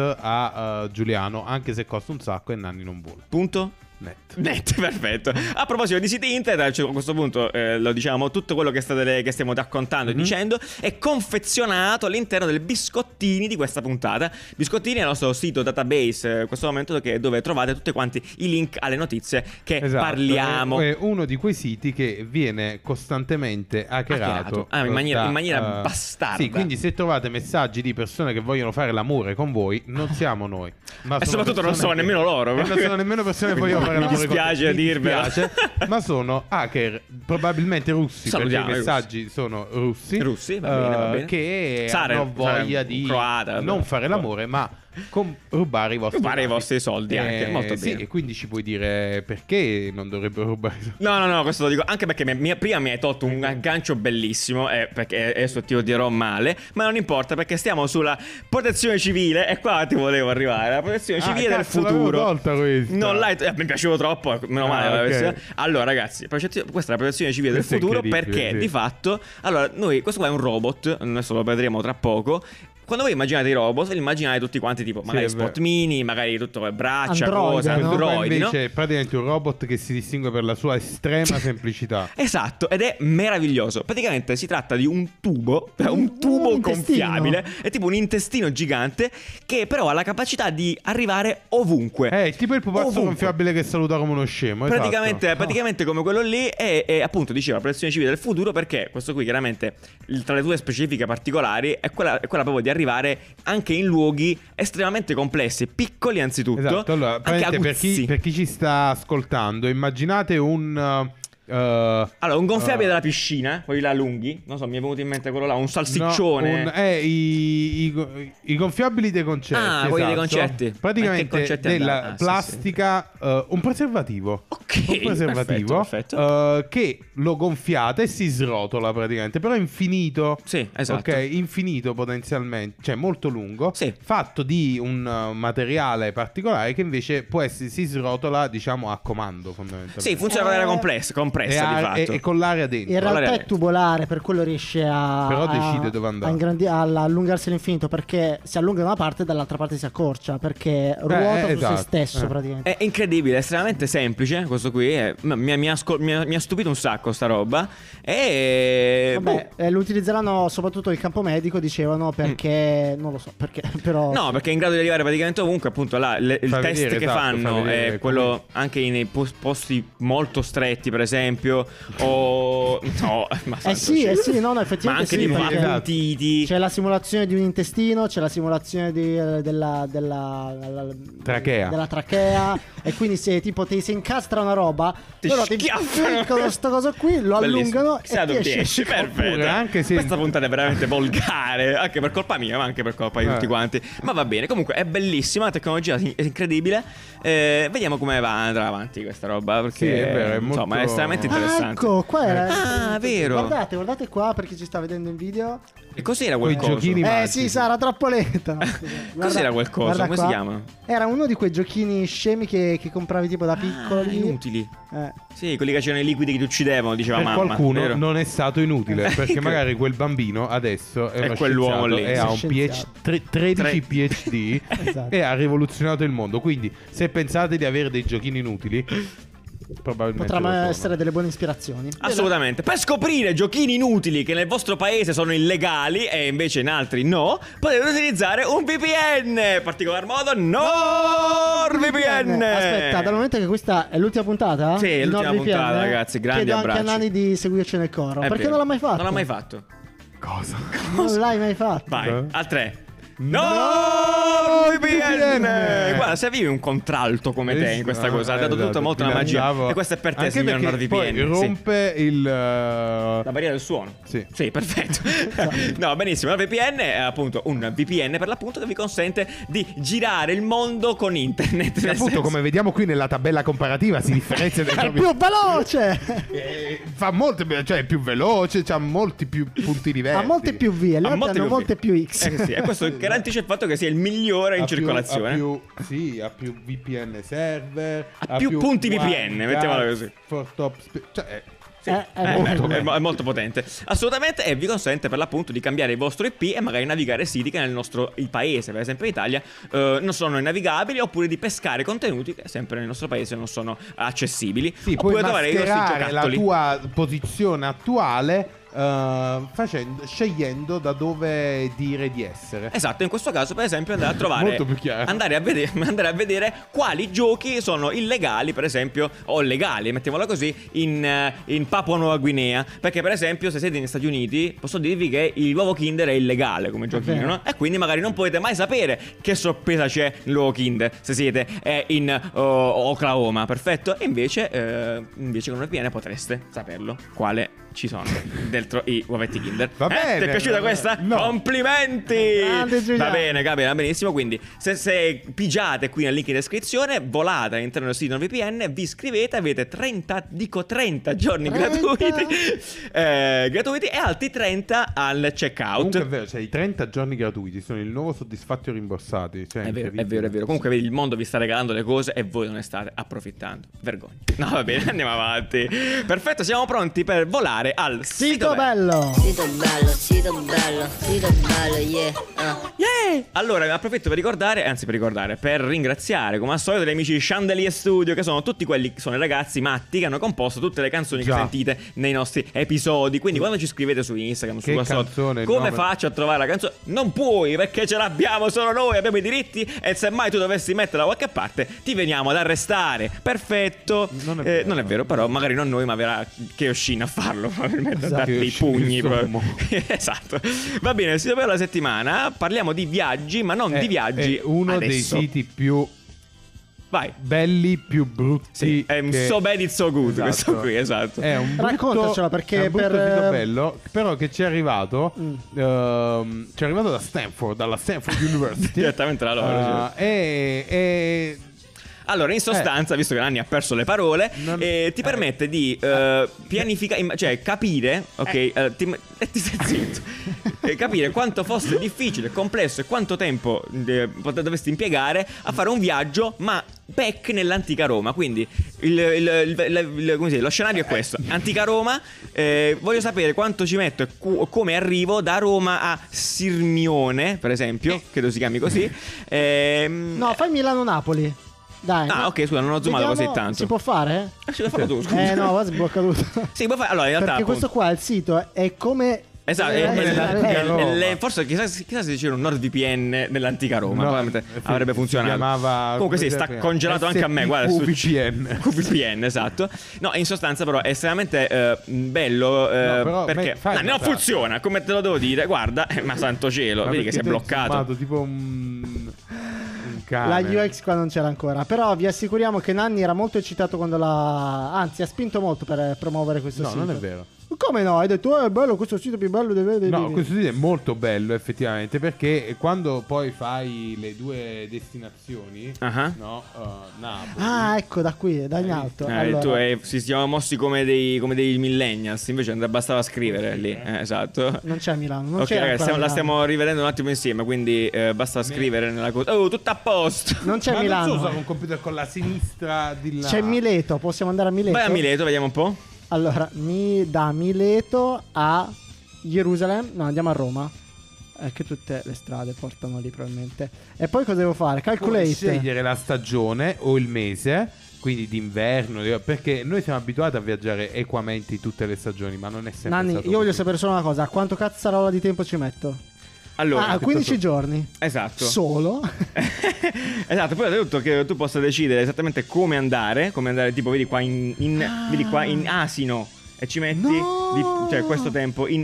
a uh, Giuliano, anche se costa un sacco e Nanni non vuole. Punto? Net. Net, perfetto. A proposito di siti internet, cioè, a questo punto eh, lo diciamo, tutto quello che, state, che stiamo raccontando e Mhm. dicendo è confezionato all'interno delle biscottini di questa puntata. Biscottini è il nostro sito database, eh, in questo momento che- dove trovate tutti quanti i link alle notizie che Esatto, parliamo. È, è uno di quei siti che viene costantemente hackerato. Hackerato. Ah, in maniera- in maniera eh, bastarda. Sì, quindi se trovate messaggi di persone che vogliono fare l'amore con voi, non siamo noi. Ma E sono soprattutto non persone sono che- nemmeno loro. E non sono nemmeno persone che vogliono fare Mi l'amore con dispiace voi. Mi dirvelo. dispiace, ma sono hacker, probabilmente russi, Salutiamo perché i i messaggi sono russi. Russi, va bene, va eh, bene. Che Sare- hanno voglia Sare- di croata, vabbè. non fare l'amore, ma com- rubare i vostri Rubare i dati. vostri soldi anche, molto sì, bene. e quindi ci puoi dire perché non dovrebbero rubare i soldi. No, no, no, questo lo dico anche perché mi- mi- prima mi hai tolto un aggancio bellissimo, eh, perché adesso ti odierò male, ma non importa perché stiamo sulla protezione civile e qua ti volevo arrivare, la protezione Ah, civile del cazzo, l'avevo futuro. tolta questa. Non l'hai, eh, mi piaceva troppo, meno male. Ah, la ok. versione- Allora ragazzi, protezione- questa è la protezione civile Questo è del futuro incredibile, perché sì. di fatto, allora noi, questo qua è un robot, adesso lo vedremo tra poco. Quando voi immaginate i robot, vi immaginate tutti quanti tipo magari è Spot vero. Mini, magari tutto eh, braccia, Android, cose, no? androidi, no? invece è praticamente un robot che si distingue per la sua estrema semplicità. Esatto, ed è meraviglioso. Praticamente si tratta di un tubo, un Un- tubo un intestino. gonfiabile, è tipo un intestino gigante che però ha la capacità di arrivare ovunque. È tipo il pupazzo Ovunque. gonfiabile che saluta come uno scemo. esatto. Praticamente, praticamente come quello lì e, e appunto diceva la protezione civile del futuro perché questo qui chiaramente il- tra le tue specifiche particolari è quella, è quella proprio di arrivare anche in luoghi estremamente complessi, piccoli anzitutto, Esatto, allora, anche praticamente per aguzzi. chi, per chi ci sta ascoltando, immaginate un... uh, uh, Allora, un gonfiabile uh, della piscina, quelli là lunghi, non so, mi è venuto in mente quello là, un salsiccione. no, un- eh, i, i- i gonfiabili dei concerti. Ah, quelli dei esatto. concerti. Ma che Praticamente concerti della andava? Ah, sì, plastica, uh, un preservativo. Ok, un preservativo perfetto, perfetto. uh, che lo gonfiate e si srotola praticamente, però è infinito. Sì, esatto. Ok, infinito potenzialmente, cioè molto lungo, Sì. fatto di un uh, materiale particolare che invece può essere, si srotola, diciamo, a comando fondamentalmente. Sì, funziona con Eh, l'aria complessa, e, compressa a- di fatto. e- e con l'aria dentro. In realtà Allora, è tubolare, per quello riesce a, Però a- decide dove andare. a ingrandi- a allungarsi all'infinito, perché si allunga da una parte e dall'altra parte si accorcia, perché ruota su esatto. se stesso Eh. praticamente. È incredibile, è estremamente semplice questo qui. è- mi, mi ha scol- mi ha- mi ha stupito un sacco sta roba. E. Vabbè, boh. eh, lo utilizzeranno soprattutto il campo medico, dicevano, perché non lo so, perché però Mm. No, perché è in grado di arrivare praticamente ovunque. Appunto, là, le- il Fa test vedere, che esatto, fa fanno vedere è quello come- anche nei pos- posti molto stretti, per esempio. O. No, ma Eh santo sì, cielo. eh sì, no, no, Ma effettivamente anche sì, di perché esatto. appuntiti. c'è la simulazione di un intestino, c'è la simulazione di, eh, della, della, della- Trachea. della trachea e quindi se tipo ti si incastra una roba, Ti loro ti schiaffano. piccano sto coso qui, lo Bellissimo. allungano Chissà e ti dove esce. esce, perfetto. Oppure anche se- Questa puntata è veramente volgare, anche per colpa mia, ma anche per colpa di Eh. tutti quanti. Ma va bene, comunque è bellissima, la tecnologia è incredibile. Eh, vediamo come va andrà avanti questa roba, perché Sì, è vero, è insomma molto- è estremamente veramente Ah, interessante. ecco, qua era. Ah, vero. Guardate, guardate qua perché ci sta vedendo in video. E cos'era Quei quel coso? giochini Eh magici. sì, Sara, troppo lenta. No, scusa. Guarda- Cos'era quel coso? guarda Come qua. si chiama? Era uno di quei giochini scemi che, che compravi tipo da piccoli. Ah, inutili. Eh. Sì, quelli che c'erano i liquidi che ti uccidevano, diceva Per mamma. qualcuno vero? non è stato inutile, perché magari quel bambino adesso è, È uno quell'uomo scienziato lì. e ha un Scienziato. PhD, tre- tredici Tre- PhD Esatto. e ha rivoluzionato il mondo. Quindi, se pensate di avere dei giochini inutili, probabilmente lo Potranno sono. essere delle buone ispirazioni. Assolutamente. Per scoprire giochini inutili che nel vostro paese sono illegali e invece in altri no, potete utilizzare un V P N. In particolar modo NordVPN. Aspetta, dal momento che questa è l'ultima puntata? Sì, è di l'ultima NordVPN, puntata, ragazzi, grandi chiedo anche a abbracci. Nani di seguirci nel coro. È Perché vero. non l'ha mai fatto? Non l'ha mai fatto. Cosa? Non l'hai mai fatto. Vai, Eh? al tre. NordVPN. NordVPN. Guarda, se avevi un contralto come te in questa cosa, ha dato esatto, tutta molta ti una magia. lanciavo- E questo è per te, Anche signor perché NordVPN. poi Sì. rompe il uh, La barriera del suono. Sì. Sì, perfetto. No, benissimo. La V P N è appunto un V P N per l'appunto che vi consente di girare il mondo con internet. Che Nel appunto, senso- come vediamo qui nella tabella comparativa, si differenzia dai È propri- più veloce. Eh, fa molte, cioè è più veloce, ha molti più punti diversi. Ha molte più V, le Ha altre molte hanno più molte V. più X. Eh sì, e questo garantisce il fatto che sia il migliore in Ha più- circolazione. ha più, sì, ha più V P N server, Ha più punti V P N, WiFi mettiamola così. for top spe- cioè, è- Sì, Eh, è è, molto è- bello. è molto potente. Assolutamente. E vi consente per l'appunto di cambiare il vostro I P e magari navigare siti che nel nostro il paese, per esempio in Italia, eh, non sono navigabili, oppure di pescare contenuti che sempre nel nostro paese non sono accessibili. sì, puoi oppure trovare i vostri mascherare la giocattoli. tua posizione attuale eh, facendo, scegliendo da dove dire di essere. Esatto, in questo caso per esempio andare a trovare Molto più chiaro. andare a, vedere, andare a vedere quali giochi sono illegali, per esempio, o legali, mettiamola così, in, eh, in Papua Nuova Guinea. Perché per esempio se siete negli Stati Uniti posso dirvi che l'uovo Kinder è illegale come giochino, vero. no? E quindi magari non potete mai sapere che sorpresa c'è nell'uovo Kinder se siete eh, in oh, Oklahoma, perfetto? E invece, eh, invece con un V P N potreste saperlo quale ci sono dentro i uovetti Kinder. Va Eh, bene, ti è piaciuta va bene. questa? No. Complimenti! Grande Giuliano. Va bene, va bene, va benissimo. Quindi, se, se pigiate qui nel link in descrizione, volate all'interno del sito NordVPN, vi iscrivete, avete trenta, dico trenta giorni trenta. gratuiti, eh, gratuiti e altri trenta al checkout. Comunque è vero, cioè i trenta giorni gratuiti sono il nuovo soddisfatti o rimborsati. Cioè, È vero, è incredibile. vero, è vero. Comunque vedi, il mondo vi sta regalando le cose e voi non ne state approfittando. Vergogna. No, va bene, andiamo avanti. Perfetto, siamo pronti per volare al Sito sito bello. Sito bello, sito bello, sito bello, yeah. ah. Yeah! Allora, ne approfitto per ricordare, anzi per ricordare, per ringraziare come al solito gli amici di Chandelier Studio, che sono tutti quelli che sono i ragazzi matti che hanno composto tutte le canzoni Già. che sentite nei nostri episodi. Quindi quando ci scrivete su Instagram, su Che WhatsApp, canzone, il come nome? faccio a trovare la canzone? Non puoi, perché ce l'abbiamo solo noi, abbiamo i diritti e se mai tu dovessi metterla da qualche parte ti veniamo ad arrestare. Perfetto. Non è Eh, vero. non è vero, però magari non noi, ma verrà Kiyoshin a farlo, probabilmente a Esatto. darti i Kiyoshin pugni. il proprio. sommo. Esatto. Va bene, il sito bello della settimana, parliamo di viaggi, ma non È- di viaggi è uno dei adesso. siti più Vai. belli, più brutti. Sì, è un che- so bad it's so good, Esatto. questo qui, esatto. È un brutto, Raccontacelo, perché è un brutto per- sito bello, però che ci è arrivato Mm. ehm, ci è arrivato da Stanford, dalla Stanford University. Direttamente da loro, Eh, e, e Allora, in sostanza, visto che Nanni ha perso le parole, Non- eh, ti eh. permette di pianificare, cioè capire, ok, eh, ti, eh, ti stai zitto, Eh, capire quanto fosse difficile, complesso e quanto tempo eh, pot- dovresti impiegare a fare un viaggio, ma back nell'antica Roma. Quindi il, il- il- il- il- come si dice, lo scenario è questo: antica Roma. eh, voglio sapere quanto ci metto e cu- come arrivo da Roma a Sirmione, per esempio, credo si chiami così. Ehm, No, fai Milano-Napoli. Dai. Ah, no. ok, scusa, non ho zoomato Vediamo, così tanto. Si può fare? Eh, sì, fallo tu, scusa. Eh no, va sblocca tutto. Sì, puoi fare. Allora, in realtà. Perché questo appunto- qua, il sito, è come... Esatto, eh, è- come è- nell'antica è- Roma. è- è- forse chissà, chissà se c'era un NordVPN nell'antica Roma, No, probabilmente sì, avrebbe si funzionato. chiamava- Comunque sì, come sta si chiama? congelato anche a me, guarda, su- V P N. Q V P N, esatto. No, in sostanza però è estremamente eh, bello eh, No, però perché me- fai no, non notare. funziona, come te lo devo dire. Guarda, eh, ma santo cielo, Ma vedi che si è perché te hai bloccato. zoomato tipo un, un cane. La U X qua non c'era ancora. Però vi assicuriamo che Nanni era molto eccitato quando la... Anzi, ha spinto molto per promuovere questo No, sito. non è vero. Ok, Come no? Hai detto, oh, è bello, questo sito più bello deve vedere. No, questo sito è molto bello effettivamente, perché quando poi fai le due destinazioni, Ah. no, uh, Napoli. Ah, ecco, da qui, da in alto. Eh, Allora, tu eh, si siamo mossi come dei, come dei millennials, invece andava- bastava scrivere lì. Eh, esatto. Non c'è a Milano. Non Ok, c'è ragazzi, ancora stiamo- la Milano. stiamo rivedendo un attimo insieme, quindi eh, basta scrivere nella cosa. Oh, tutto a posto. Non c'è Ma Milano. non so usare un computer con la sinistra di là. C'è Mileto, possiamo andare a Mileto? Vai a Mileto, vediamo un po'. Allora, mi da Mileto a Gerusalemme. No, andiamo a Roma. È che tutte le strade portano lì probabilmente. E poi cosa devo fare? Puoi Calculate. scegliere la stagione o il mese, quindi d'inverno, perché noi siamo abituati a viaggiare equamente in tutte le stagioni, ma non è sempre Nanni, stato io voglio così. sapere solo una cosa. Quanto cazzarola di tempo ci metto? Allora, ah, quindici giorni. esatto. Solo? Esatto, poi ho detto che tu possa decidere esattamente come andare, come andare tipo vedi qua in, in vedi qua in asino e ci metti No! di- cioè questo tempo in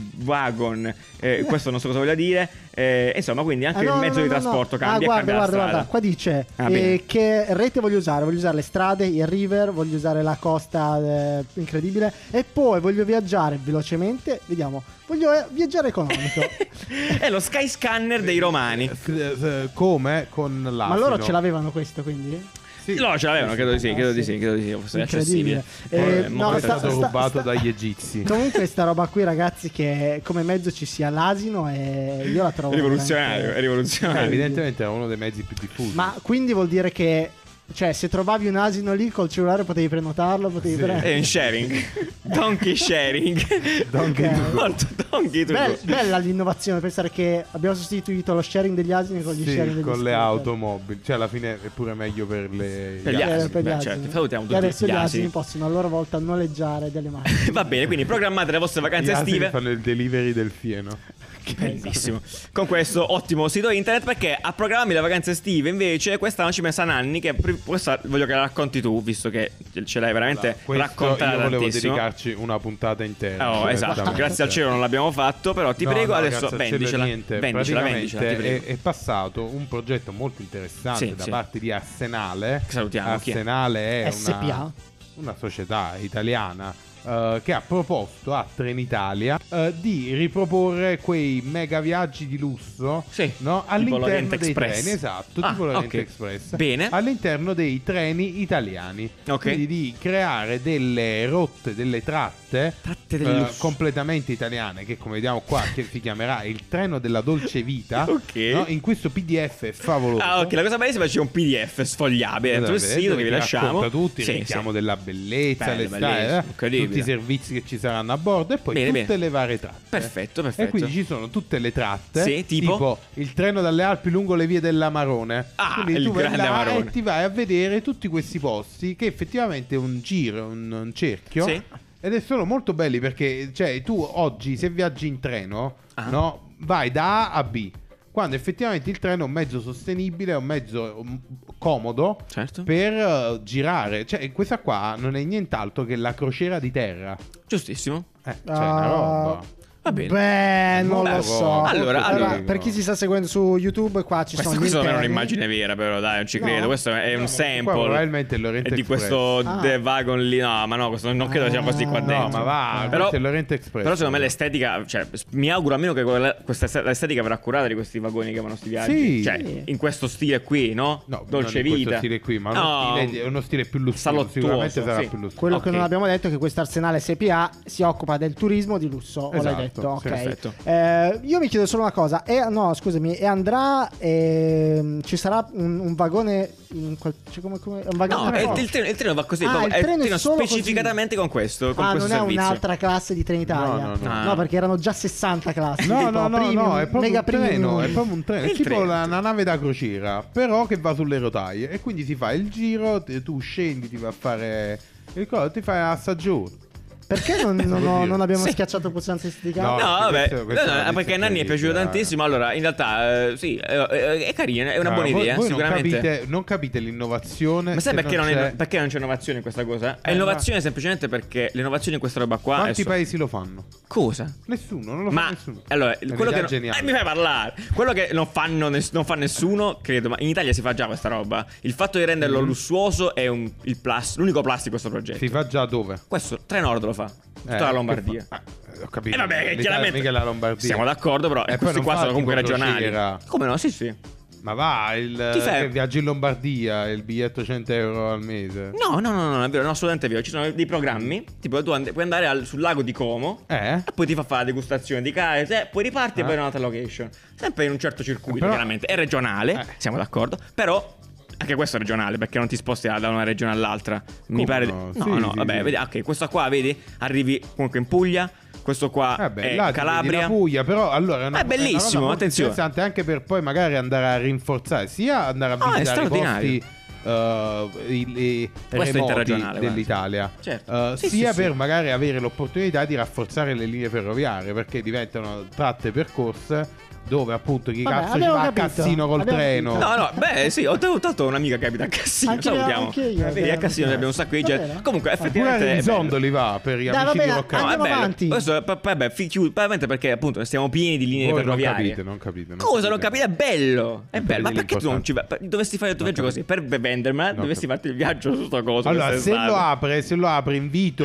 wagon, eh, questo non so cosa voglia dire, eh, insomma, quindi anche Ah, no, il mezzo no, di no, no. trasporto Ah, cambia e guarda, cambia la guarda, strada. guarda, qua dice Ah, eh, bene. che rete voglio usare. Voglio usare le strade, il river, voglio usare la costa eh, incredibile e poi voglio viaggiare velocemente. Vediamo, voglio eh, viaggiare economico. È lo sky scanner dei romani. Eh, eh, Come? Con l'asino. Ma loro ce l'avevano questo, quindi? Sì. No, ce l'avevano, credo di sì, Ah, credo di sì. sì, credo di sì, fosse Incredibile. accessibile. Eh, Poi, no, mo- è sta- stato sta- rubato sta- dagli egizi. Comunque sta roba qui, ragazzi, che come mezzo ci sia l'asino e io la trovo è rivoluzionario, veramente- è Eh, rivoluzionario. evidentemente era uno dei mezzi più diffusi. Ma quindi vuol dire che, cioè, se trovavi un asino lì col cellulare potevi prenotarlo, potevi Sì. prendere. È in sharing. Donkey sharing. Donkey Ok. to go. Molto donkey to Bell- go. bella l'innovazione, pensare che abbiamo sostituito lo sharing degli asini con gli Sì, sharing degli con le scooter. automobili. Cioè, alla fine è pure meglio per le. Per gli gli asini. Eh, asini. per gli Beh, asini. certo, salutiamo E tutti adesso gli gli asini asini. possono a loro volta noleggiare delle macchine. Va bene, quindi programmate le vostre vacanze Gli asini estive. fanno il delivery del fieno. Bellissimo. Con questo ottimo sito internet, perché a programmi le vacanze estive invece quest'anno ci pensa Nanni, che pri- questa voglio che la racconti tu, visto che ce l'hai veramente Questo raccontata io volevo tantissimo. dedicarci una puntata intera. Oh, esatto, Esattamente. grazie al cielo non l'abbiamo fatto, però ti No, prego no, adesso grazie al cielo vendicela, niente. vendicela, Praticamente vendicela, ti prego. È, è passato un progetto molto interessante Sì, da sì. parte di Arsenale. Che salutiamo, chi è? Arsenale è S P A? una, una società italiana eh, che ha proposto a Trenitalia eh, di riproporre quei mega viaggi di lusso, Sì, no? tipo all'interno l'Orient dei Express. treni, esatto, Ah, tipo l'Orient ok. Express, Bene. all'interno dei treni italiani. Ok. Quindi di creare delle rotte, delle tratte Tratte del eh, lusso. completamente italiane, che come vediamo qua che si chiamerà il treno della dolce vita. Ok. No? In questo P D F è favoloso. Ah, ok, la cosa bellissima è che c'è un P D F sfogliabile dentro il Vedete, sito dove che vi ti lasciamo. racconta tutti, Sì, il richiamo sì. della bellezza, Bello, le bellissimo, strade, incredibile. tutti i servizi che ci saranno a bordo e poi Bene, tutte bene. le varie tratte. Perfetto, perfetto. E quindi ci sono tutte le tratte, Sì, tipo? il treno dalle Alpi lungo le vie dell'Amarone. Ah, Quindi il tu vai grande là Amarone. e ti vai a vedere tutti questi posti che effettivamente è un giro, un, un cerchio. Sì. Ed è solo molto belli perché, cioè, tu oggi se viaggi in treno, Ah. no, vai da A a B. Quando effettivamente il treno è un mezzo sostenibile, è un mezzo um, comodo Certo. per uh, girare. Cioè, questa qua non è nient'altro che la crociera di terra. Giustissimo. Eh, cioè, una roba. Va bene. Beh, non Molto lo so. Allora, allora- per chi si sta seguendo su YouTube, qua ci Questo, sono gli questo non è interni. un'immagine vera, però dai, non ci No. credo. Questo è un Qua sample. probabilmente è l'Orient È di Express. questo Ah. The Wagon lì. No, ma no, questo non credo sia così qua No, dentro. No, ma va, Ah. Però, questo è l'Orient Express. però secondo me l'estetica, cioè, mi auguro almeno che quella- questa est- l'estetica verrà curata di questi vagoni che vanno sti viaggi. Sì. Cioè, in questo stile qui, no? No, Dolce non in vita. questo stile qui, ma No, uno stile, è uno stile più lussuoso. salottuoso, Sicuramente sarà sì. più lussuoso. Quello Ok. che non abbiamo detto è che questo Arsenale S P A si occupa del turismo di lusso, o l'hai Esatto, detto? sì, Ok. perfetto. Eh, io mi chiedo solo una cosa, e, no scusami, e andrà, ehm, ci sarà un, un vagone, in quel, cioè come, come, un vagone No, è- no. il, treno, il treno va così. Ah, proprio- il è treno è treno solo specificatamente con questo, con Ah, questo non è servizio. un'altra classe di Trenitalia. No, no, no. No. perché erano già sessanta classi. No, tipo no, no, premium, no, è proprio mega un treno, premium. è proprio un treno, è Il tipo treno. la- una nave da crociera, però che va sulle rotaie e quindi si fa il giro, te- tu scendi, ti vai a fare il coso, ti fai l'assaggio. Perché non, non, ho- dire. non abbiamo Sì. schiacciato il pulsante estetica? No, No, vabbè, questo- questo no, no, è una perché a Nanni è piaciuto incredibile. tantissimo. Allora, in realtà, eh, sì, è, è- è carina, è una Ah, buona voi- idea, voi non sicuramente. capite, non capite l'innovazione. Ma sai se perché non, c'è- è, perché non c'è innovazione in questa cosa? È Eh, innovazione semplicemente perché l'innovazione in questa roba qua Quanti è so- paesi lo fanno? Cosa? Nessuno, non lo Ma fa nessuno. allora, È quello che un'idea non, geniale. eh, mi fai parlare. Quello che non fanno ness- non fa nessuno, credo, ma in Italia si fa già questa roba. Il fatto di renderlo lussuoso è un, il plus, l'unico plus di questo progetto. Si fa già dove? Questo Trenord lo fa. tutta Eh, la che Lombardia. fa- eh, ho capito. E vabbè, che L'Italia chiaramente mica è la Lombardia. siamo d'accordo, però E poi questi non qua fa sono comunque tipo regionali. crociera. Come no? Sì, sì. Ma va, il Ti fai- che viaggi in Lombardia, il biglietto cento euro al mese. No, no, no, no, è vero, no, assolutamente è vero. Ci sono dei programmi, tipo tu and- puoi andare al- sul lago di Como Eh? e poi ti fa fare la degustazione di case, poi riparti e Ah. poi in un'altra location. Sempre in un certo circuito, Però- chiaramente. È regionale, Eh. siamo d'accordo, però anche questo è regionale perché non ti sposti da una regione all'altra. Mi Come pare. no? No, Sì, no, sì, vabbè, sì. vedi, ok, questo qua, vedi, arrivi comunque in Puglia. Questo qua Vabbè, è là ti vedi Calabria. la Puglia, però allora è, una, È bellissimo, è una cosa molto attenzione. interessante anche per poi magari andare a rinforzare, sia andare a Ah, è visitare i straordinario. posti uh, i, i Questo è remoti interregionale, guarda. dell'Italia, Certo. Uh, Sì, sia sì, per sì. magari avere l'opportunità di rafforzare le linee ferroviarie, perché diventano tratte percorse dove appunto chi Vabbè, cazzo ci abbiamo va a capito. Cassino col Abbiamo treno. capito. No, no, beh, sì, ho ho tanto un'amica che abita a Cassino. Anche- Salutiamo. anche io, Eh, Vedi, a vero. Cassino abbiamo un sacco di gente. Davvero? Comunque, Ah, Pure a effettivamente. è bello. Risondo li va per gli Dai, amici vabbè, di No, Roccano. è Andiamo bello. avanti. Questo, p- vabbè, fi- chiu- probabilmente perché appunto stiamo pieni di linee Voi non ferroviarie. capite, non capite. non Cosa non capite. capite? È bello. È Non bello. Ma capite perché tu non ci vai? Per- Dovresti fare il tuo Non viaggio così. Per vendermela, Non dovresti capito. farti il viaggio su sto coso. Allora, se quest'estate. lo apre, se lo apre, invito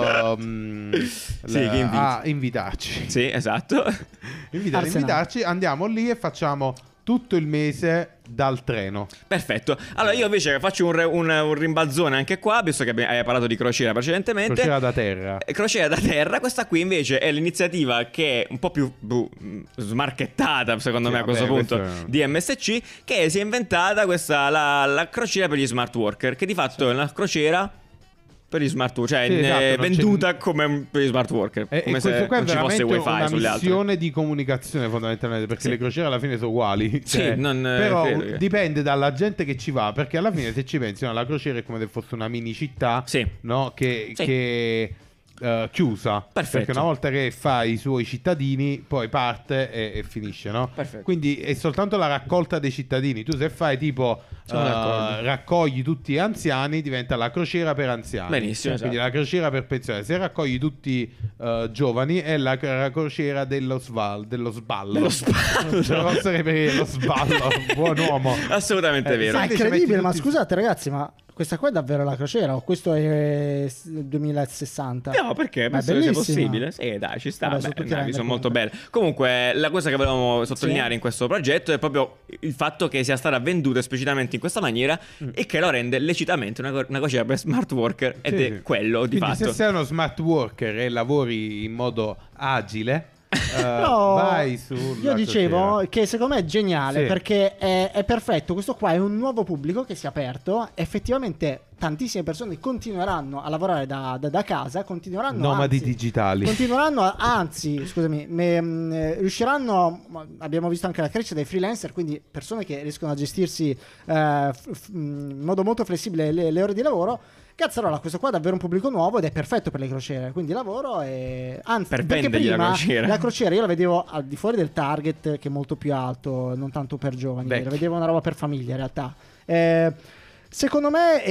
ehm, Sì, la- che inviti? a invitarci. Sì, esatto. Invita a Arsenale. invitarci, andiamo lì e facciamo tutto il mese dal treno. Perfetto. Allora, io invece faccio un, re- un- un rimbalzone anche qua, visto che abbi- hai parlato di crociera precedentemente. Crociera da terra. Eh, Crociera da terra, questa qui invece è l'iniziativa che è un po' più boh, mh, smarchettata secondo Sì, me a vabbè, questo punto questo è- di M S C, che si è inventata questa la, la crociera per gli smart worker, che di fatto è una crociera per gli smart worker, cioè Sì, in- esatto, è non c'è- venduta come un- per gli smart worker, E, come e se questo qua è non ci fosse veramente wifi una sulle altre. missione di comunicazione fondamentalmente, perché Sì. le crociere alla fine sono uguali. Sì, Cioè, non, eh, però credo che- dipende dalla gente che ci va, perché alla fine se ci pensi, no, la crociera è come se fosse una mini città, Sì. no, che, Sì. che eh, chiusa. Perfetto. Perché una volta che fa i suoi cittadini, poi parte e, e finisce, no? Perfetto. Quindi è soltanto la raccolta dei cittadini. Tu se fai tipo Sono eh, d'accordo. raccogli tutti gli anziani, diventa la crociera per anziani. Benissimo, Quindi esatto. la crociera per pensionati. Se raccogli tutti eh, giovani è la, la crociera dello, sval, dello sballo. Dello sballo. Però sarebbe lo sballo. Buon uomo. Assolutamente Eh, vero. Ma è invece incredibile, metti ma tutti- scusate ragazzi, ma questa qua è davvero la crociera o questo è eh, duemilasessanta? No, perché Ma è penso che sia bellissima. possibile. Sì, dai, ci sta. Vabbè, Beh, sono tutti dai, rende sono molto conto. belle. Comunque, la cosa che volevamo sottolineare Sì. in questo progetto è proprio il fatto che sia stata venduta esplicitamente in questa maniera e che lo rende lecitamente una, co- una crociera per smart worker ed Mm. Sì, è sì. quello di Quindi fatto. se sei uno smart worker e lavori in modo agile, eh, No, vai su. io dicevo che secondo me è geniale Sì. perché è, è perfetto. Questo qua è un nuovo pubblico che si è aperto. Effettivamente, tantissime persone continueranno a lavorare da, da- da casa, continueranno Nomadi anzi, digitali. Continueranno, a- anzi, scusami, me- mh, riusciranno. ma Abbiamo visto anche la crescita dei freelancer, quindi persone che riescono a gestirsi eh, f- f- in modo molto flessibile le, le ore di lavoro. Cazzarola, questo qua è davvero un pubblico nuovo ed è perfetto per le crociere. Quindi lavoro e. Anzi, Per perché vendergli la prima crociera. la crociera io la vedevo al di fuori del target, che è molto più alto, non tanto per giovani. Vecchi. La vedevo una roba per famiglia in realtà. Eh, secondo me.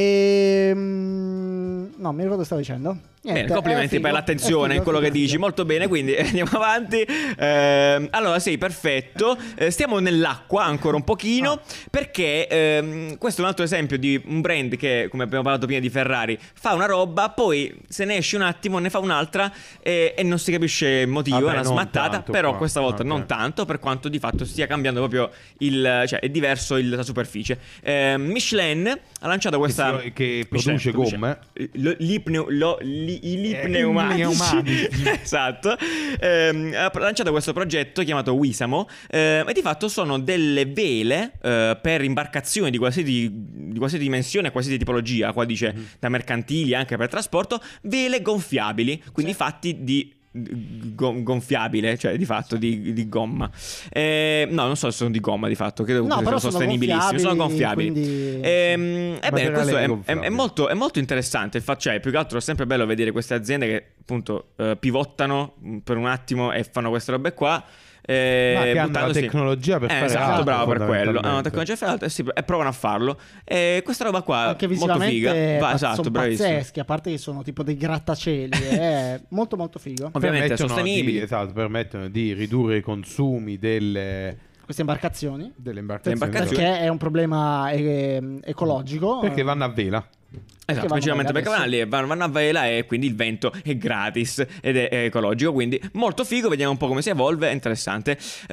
ehm, No, mi ricordo cosa stavo dicendo. Niente, Bene, complimenti è figo, per l'attenzione è in figo, quello è che figo, è dici, figo. molto bene, quindi andiamo avanti. Ehm, allora, sì, perfetto. Eh, stiamo nell'acqua ancora un pochino, Ah. perché ehm, questo è un altro esempio di un brand che, come abbiamo parlato prima di Ferrari, fa una roba, poi se ne esce un attimo, ne fa un'altra e, e non si capisce il motivo, Vabbè, è una non smattata, tanto però qua, questa volta ok. non tanto, per quanto di fatto stia cambiando proprio il... cioè è diverso il- la superficie. Ehm, Michelin ha lanciato questa... si- che Michelin, produce gomme. Lo- gli pneu- lo- li- I lip Eh, pneumatici. pneumatici. Esatto. Ehm, ha lanciato questo progetto chiamato Wisamo ehm, e di fatto sono delle vele eh, per imbarcazioni di qualsiasi, di qualsiasi dimensione, qualsiasi tipologia, qua dice Mhm. da mercantili anche per trasporto, vele gonfiabili, quindi fatti di gon- gonfiabile, cioè di fatto di, di gomma. Eh, no, non so se sono di gomma di fatto, credo No, che però siano sono sostenibilissimi, sono gonfiabili. gonfiabili, quindi- Ehm, Ebbene, Materiale questo è, è- gonfiabile. è molto, è molto interessante. Infatti, cioè, più che altro è sempre bello vedere queste aziende che appunto eh, pivottano mh, per un attimo e fanno queste robe qua. eh, Ma che hanno la buttandosi- tecnologia per Eh, fare esatto, altro, bravo per quello. Hanno la fondamentalmente. tecnologia per altro e, sì, e provano a farlo. E questa roba qua Anche molto visivamente figa. Va, pazz- esatto, sono bravissimo. pazzeschi, a parte che sono tipo dei grattacieli, è molto molto figo. Ovviamente Permettono sostenibili. di, esatto, permettono di ridurre i consumi delle, Queste imbarcazioni, delle imbarcazioni. imbarcazioni. perché è un problema eh, ecologico. Perché vanno a vela. Esatto, vanno principalmente per bene cavalli, vanno, vanno a vela e quindi il vento è gratis ed è, è ecologico, quindi molto figo, vediamo un po' come si evolve, è interessante.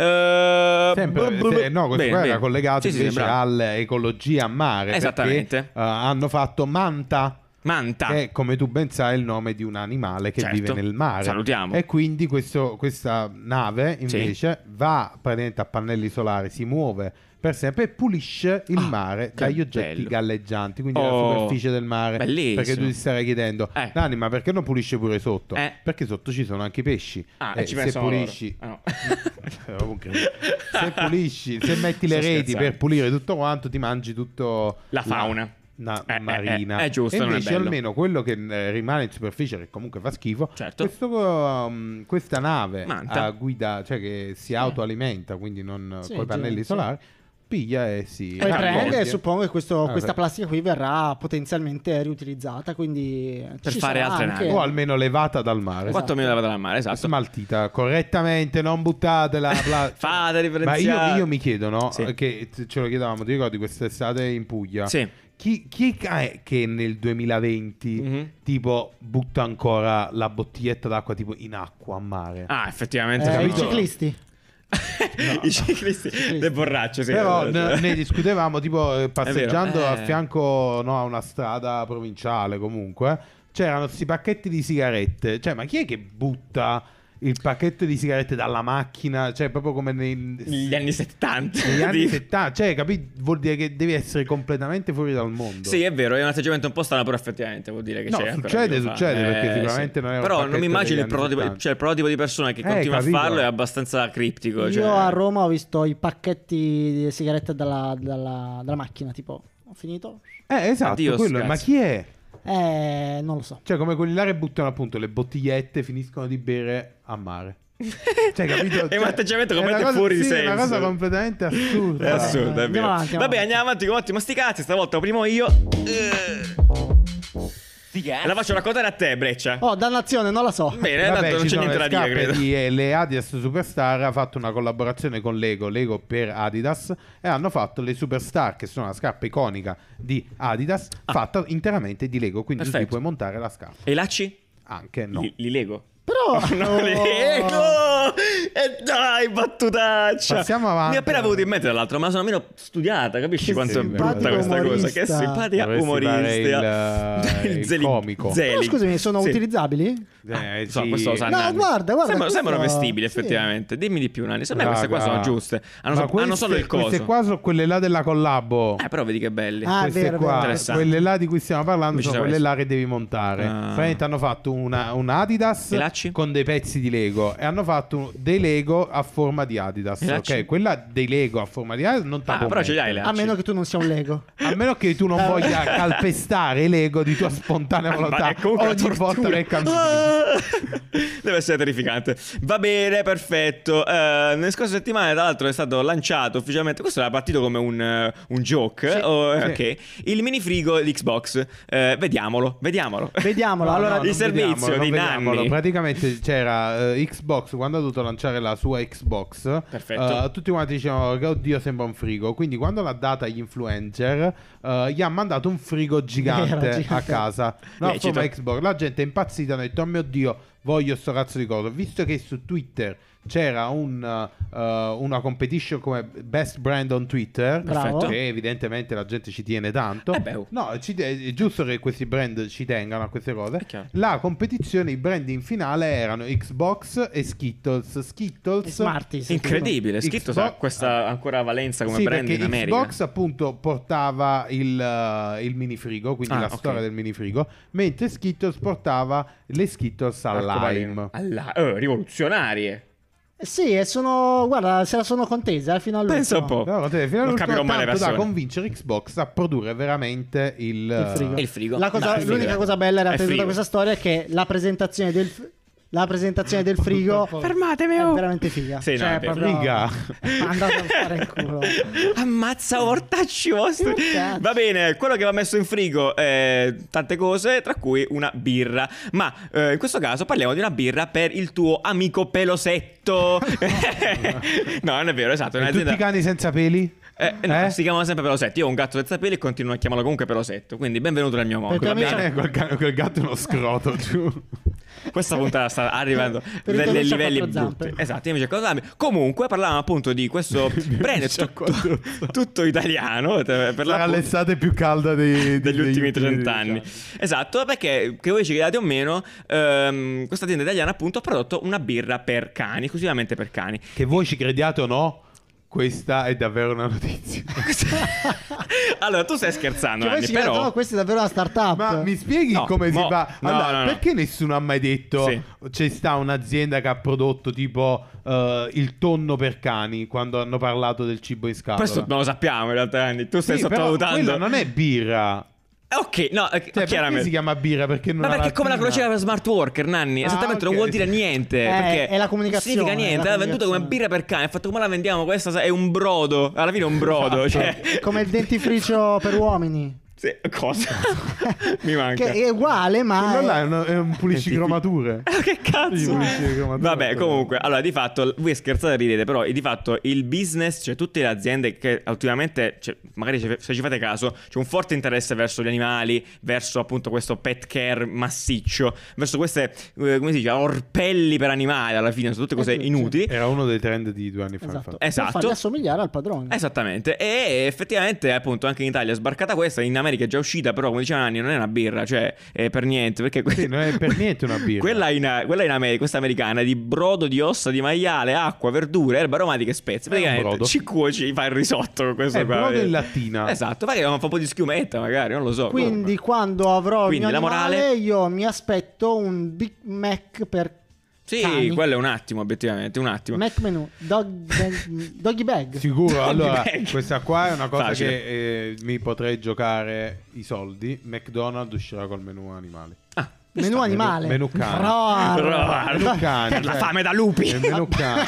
Uh, Sempre, blu, blu, se- no, questo bene, qua era bene. collegato Sì, sì, invece bravo. all'ecologia a mare. Esattamente. Perché, uh, hanno fatto Manta. Manta. Che è, come tu ben sai, il nome di un animale che Certo. vive nel mare. Salutiamo. E quindi questo- questa nave invece va praticamente a pannelli solari, si muove per sempre e pulisce il Ah, mare che dagli oggetti bello. galleggianti, quindi Oh, la superficie del mare. bellissimo. Perché tu ti starai chiedendo, Eh. Dani, ma perché non pulisce pure sotto? Eh. Perché sotto ci sono anche i pesci. Ah, Eh, e ci se pensano loro. pulisci, Ah, no. Eh, comunque, se pulisci, se metti le Sto reti scherzando. per pulire tutto quanto, ti mangi tutto La fauna. na- Eh, eh, marina. eh, è giusto, e non è invece bello. almeno quello che eh, rimane in superficie, che comunque fa schifo, Certo. questo, um, questa nave Manta. a guida, cioè che si autoalimenta, quindi non Sì, con i pannelli sì. solari, piglia e si Poi raccoglie. prende e suppongo che questo- Ah, questa beh. plastica qui verrà potenzialmente riutilizzata, quindi Per ci fare sarà altre anche- navi. o almeno levata dal mare. quattro milioni dalla mare, esatto. Smaltita correttamente, non buttatela. Pla- Fate Ma differenziare. io, io mi chiedo, no? Sì. Che ce lo chiedevamo, ti ricordi quest'estate in Puglia? Sì. Chi, chi è che nel duemilaventi Mhm. tipo butta ancora la bottiglietta d'acqua tipo in acqua a mare? Ah, effettivamente. Eh, i capito. ciclisti. I ciclisti del borraccio, sì. Però esatto. ne, ne discutevamo tipo eh, passeggiando vero. a Eh. fianco, no, a una strada provinciale comunque. C'erano questi pacchetti di sigarette. Cioè, ma chi è che butta il pacchetto di sigarette dalla macchina? Cioè, proprio come nei, Negli anni settanta. negli anni Di- settanta. Cioè, capi? Vuol dire che devi essere completamente fuori dal mondo. Sì, è vero, è un atteggiamento un po' strano, però effettivamente vuol dire che No, c'è ancora succede, chi lo fa. succede, perché sicuramente non è un Però non pacchetto mi immagino degli il anni prototipo, settanta. cioè il prototipo di persona che Eh, continua capito. a farlo è abbastanza criptico. Io cioè- a Roma ho visto i pacchetti di sigarette dalla, dalla- dalla macchina, tipo, ho finito? Eh, esatto, Addio, quello. Ma scazzi. chi è? Eh, non lo so. Cioè, come quelli là che buttano appunto le bottigliette, finiscono di bere a mare. Cioè, capito? È un Cioè, atteggiamento è una completamente cosa- fuori di sì, È senso. una cosa completamente assurda. È assurdo, è Andiamo vero. avanti, andiamo Vabbè, avanti. andiamo avanti con ottimo sti cazzi. Stavolta primo io. Eh. La faccio raccontare a te, Breccia. Oh, dannazione, non la so. Bene, Vabbè, tanto non ci c'è sono niente le da dire, scarpe credo. di eh, le Adidas Superstar. Ha fatto una collaborazione con Lego, Lego per Adidas, e hanno fatto le Superstar, che sono la scarpa iconica di Adidas, fatta interamente di Lego, quindi tu ti Ah. Perfetto. puoi montare la scarpa. E i lacci? Anche no. Li, li lego. Però... No, li lego! E dai, battutaccia! Passiamo avanti. Mi è appena venuto in mente, tra l'altro, ma sono meno studiata, capisci Che quanto è simpatico brutta questa cosa? Che umorista. simpatica Dovresti umoristica. fare il- il Zeli- comico. Zeli. Però scusami, sono Sì. utilizzabili? Eh, So, sì. questo lo sa No, Nanni. guarda, guarda, Sembrano, questo- sembrano vestibili, sì. effettivamente. Dimmi di più, Nanni. Secondo me queste qua Raga. sono giuste. Hanno, Ma so- hanno solo il queste- Queste coso. qua sono quelle là della collabo. Eh, però vedi che belli. Ah, è Queste vero, è qua, vero. Interessante. quelle là di cui stiamo parlando, Invece sono siamo quelle là che devi montare. Ah. Praticamente hanno fatto una, un Adidas E lacci? con dei pezzi di Lego, e hanno fatto un- dei Lego a forma di Adidas. E lacci? Ok, quella dei Lego a forma di Adidas non Ah, t'appò però ce li hai mettere. le A meno che tu non sia un Lego. A meno che tu non Eh. voglia calpestare i Lego di tua spontanea Ma volontà è comunque una ogni volta tortura. che cammini. Ah! Deve essere terrificante. Va bene, perfetto. Eh, nelle scorse settimane, tra l'altro, è stato lanciato ufficialmente. Questo era partito come un, eh, un joke. Sì. Oh, eh, Sì. ok. Il minifrigo di Xbox. Eh, vediamolo, vediamolo. Vediamolo. No, allora, no, il non servizio vediamolo, di non vediamolo. Nanni. Praticamente c'era eh, Xbox, quando ha dovuto lanciare la sua Xbox, Perfetto. eh, tutti quanti dicevano che oddio sembra un frigo. Quindi quando l'ha data agli influencer, eh, gli ha mandato un frigo gigante, Era gigante. a casa. No, Lecito. come Xbox. La gente è impazzita, hanno detto oh mio Dio, voglio sto cazzo di cosa. Visto che su Twitter c'era un, uh, una competition come Best Brand on Twitter, Bravo. che evidentemente la gente ci tiene tanto. Eh beh, oh. No, ci- è giusto che questi brand ci tengano a queste cose. È chiaro. La competizione, i brand in finale erano Xbox e Skittles. Skittles, Smarties. Incredibile. Xbox- Scritto ha questa ancora valenza come sì, brand perché in America. Xbox appunto portava il, uh, il minifrigo, quindi Ah, la ok. storia del minifrigo, mentre Skittles portava le Skittles al lime. Alla- oh, rivoluzionarie. Eh Sì, e sono... Guarda, se la sono contesa eh, fino all'ultimo. Pensa un po'. No, te, fino Non all'ultimo, capirò mai le tanto da persone. convincere Xbox a produrre veramente il, Il frigo. E il frigo. La cosa- No, il frigo. l'unica cosa bella in È realtà di tutta frigo. questa storia è che la presentazione del, f- la presentazione del frigo Fermatemi, è oh. veramente figa. Sì, no, cioè, è vero. proprio- Figa. Andate a fare il culo. Ammazza ortacci vostri. Che cazzo. Va bene, quello che va messo in frigo è tante cose, tra cui una birra. Ma eh, in questo caso parliamo di una birra per il tuo amico pelosetto. No, non è vero, esatto. è E tutti i un'azienda- cani senza peli? Eh, no, Eh? si chiamano sempre Pelosetto. Io ho un gatto senza peli e continuo a chiamarlo comunque Pelosetto. Quindi benvenuto nel mio mondo. Per i tuoi va bene? Eh, quel, ga- quel gatto è uno scroto giù. Questa puntata sta arrivando Per i dei tuoi amici a livelli quattro brutti. zampe. Esatto, io invece cosa zampe. Comunque parlavamo appunto di questo brand amici a tutto, quattro tutto italiano per Sarà l'appunto, l'estate più calda dei, degli ultimi trenta trenta anni. Esatto, perché che voi ci credete o meno, ehm, questa azienda italiana appunto ha prodotto una birra per cani, esclusivamente per cani. Che voi ci crediate o no, questa è davvero una notizia. Allora, tu stai scherzando, Che voi Anni, ci dite, però no, questa è davvero una startup. Ma mi spieghi No, come mo- si fa? no, Allora, no, no. perché nessuno ha mai detto Sì. c'è sta un'azienda che ha prodotto tipo eh, il tonno per cani quando hanno parlato del cibo in scatola? questo non lo sappiamo in realtà, Anni. Tu stai Sì, però sottovalutando. quella non è birra. Eh, Ok, no, eh, Cioè, perché chiaramente. si chiama birra? Perché non Ma ha perché è come la latina? crociera per smart worker, Nanni? Ah, Esattamente, non ok. vuol dire niente. Eh, perché è la comunicazione, significa è la niente. L'ha venduta come comunicazione. birra per cane. Ha fatto come la vendiamo? Questa è un brodo. Alla fine è un brodo. Esatto. Cioè, Come il dentifricio per uomini. sì, cosa? Mi manca. Che è uguale, ma Quello è- là è, un, è un puliscicromature. Ah, che Sì, cazzo? puliscicromature. Vabbè, comunque, allora di fatto voi scherzate e ridete, però di fatto il business, cioè tutte le aziende che ultimamente, cioè, magari se se ci fate caso, c'è un forte interesse verso gli animali, verso appunto questo pet care massiccio, verso queste, eh, come si dice, orpelli per animali, alla fine sono tutte cose Eh sì, inutili. Era uno dei trend di due anni fa. Esatto. infatti. Per Esatto. farli assomigliare al padrone. Esattamente, e effettivamente appunto anche in Italia è sbarcata questa, in America è già uscita, però come diceva Nanni non è una birra, cioè è per niente, perché que- Sì, non è per niente una birra. quella in, quella in America, questa americana, è di brodo di ossa di maiale, acqua, verdure, erbe aromatiche e spezie. È un Praticamente brodo. ci cuoci, fai il risotto con questo È qua. brodo vedi? in lattina. Esatto, magari fa un po' di schiumetta, magari, non lo so. Quindi quando avrò Quindi il mio la animale, morale- io mi aspetto un Big Mac per Sì, cani. quello è un attimo, obiettivamente, un attimo. Mac menu, dog, doggy bag. Sicuro, allora bag. questa qua è una cosa Facile. che eh, mi potrei giocare i soldi. McDonald's uscirà col menù animali. Ah, Menù animale. menù cane. Roar. Roar. Menù cane, per la cioè, fame da lupi. il menù cane.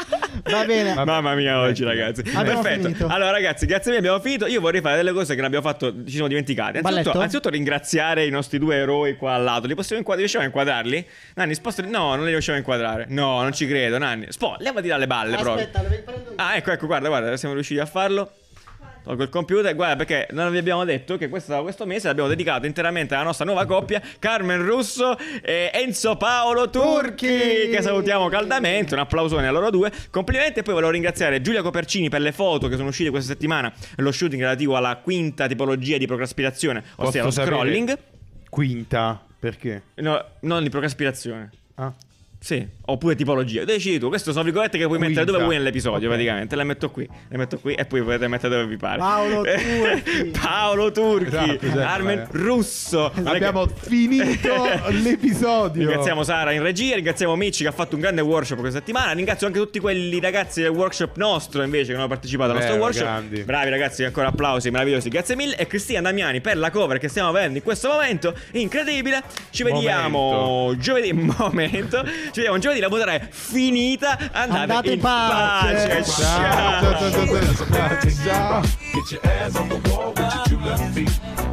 Va bene. Vabbè. Mamma mia, oggi Mettila. ragazzi. Abbiamo Perfetto. finito. Allora, ragazzi, grazie mille, abbiamo finito. Io vorrei fare delle cose che non abbiamo fatto, ci siamo dimenticati. Anzitutto, Balletto? anzitutto ringraziare i nostri due eroi qua al lato. Li possiamo inquadrare? Riusciamo a inquadrarli? Nanni, spostali. No, non li riusciamo a inquadrare. No, non ci credo, Nanni. Spo, levati dalle balle proprio. Aspetta, lo prendo io. Ah, ecco, ecco, guarda, guarda, siamo riusciti a farlo. Tolgo il computer, guarda, perché non vi abbiamo detto che questo, questo mese l'abbiamo dedicato interamente alla nostra nuova coppia, Carmen Russo e Enzo Paolo Turchi, Turchi. che salutiamo caldamente. Un applausone a loro due. Complimenti. E poi volevo ringraziare Giulia Copercini per le foto che sono uscite questa settimana, lo shooting relativo alla quinta tipologia di procrastinazione, ossia lo Posso sapere- scrolling. Quinta, perché? No, non di procrastinazione. Ah. Sì, oppure tipologia. Decidi tu. Queste sono virgolette che puoi Quinta. mettere dove vuoi nell'episodio, Ok. praticamente. Le metto qui, le metto qui e poi potete mettere dove vi pare. Paolo Turchi. Paolo Turchi. Esatto, esatto, Carmen eh. Russo. Abbiamo finito l'episodio. Ringraziamo Sara in regia, ringraziamo Mitch che ha fatto un grande workshop questa settimana. Ringrazio anche tutti quelli ragazzi del workshop nostro invece che non hanno partecipato al nostro Vero, workshop. grandi. Bravi ragazzi, ancora applausi meravigliosi. Grazie mille. E Cristina Damiani per la cover che stiamo avendo in questo momento. Incredibile. Ci vediamo giovedì. Momento. Ci vediamo giovedì. La puntata è finita. Andate, Andate in in pace. pace. Ciao, ciao, ciao, ciao, ciao, ciao. Get your ass on the wall with your two left feet.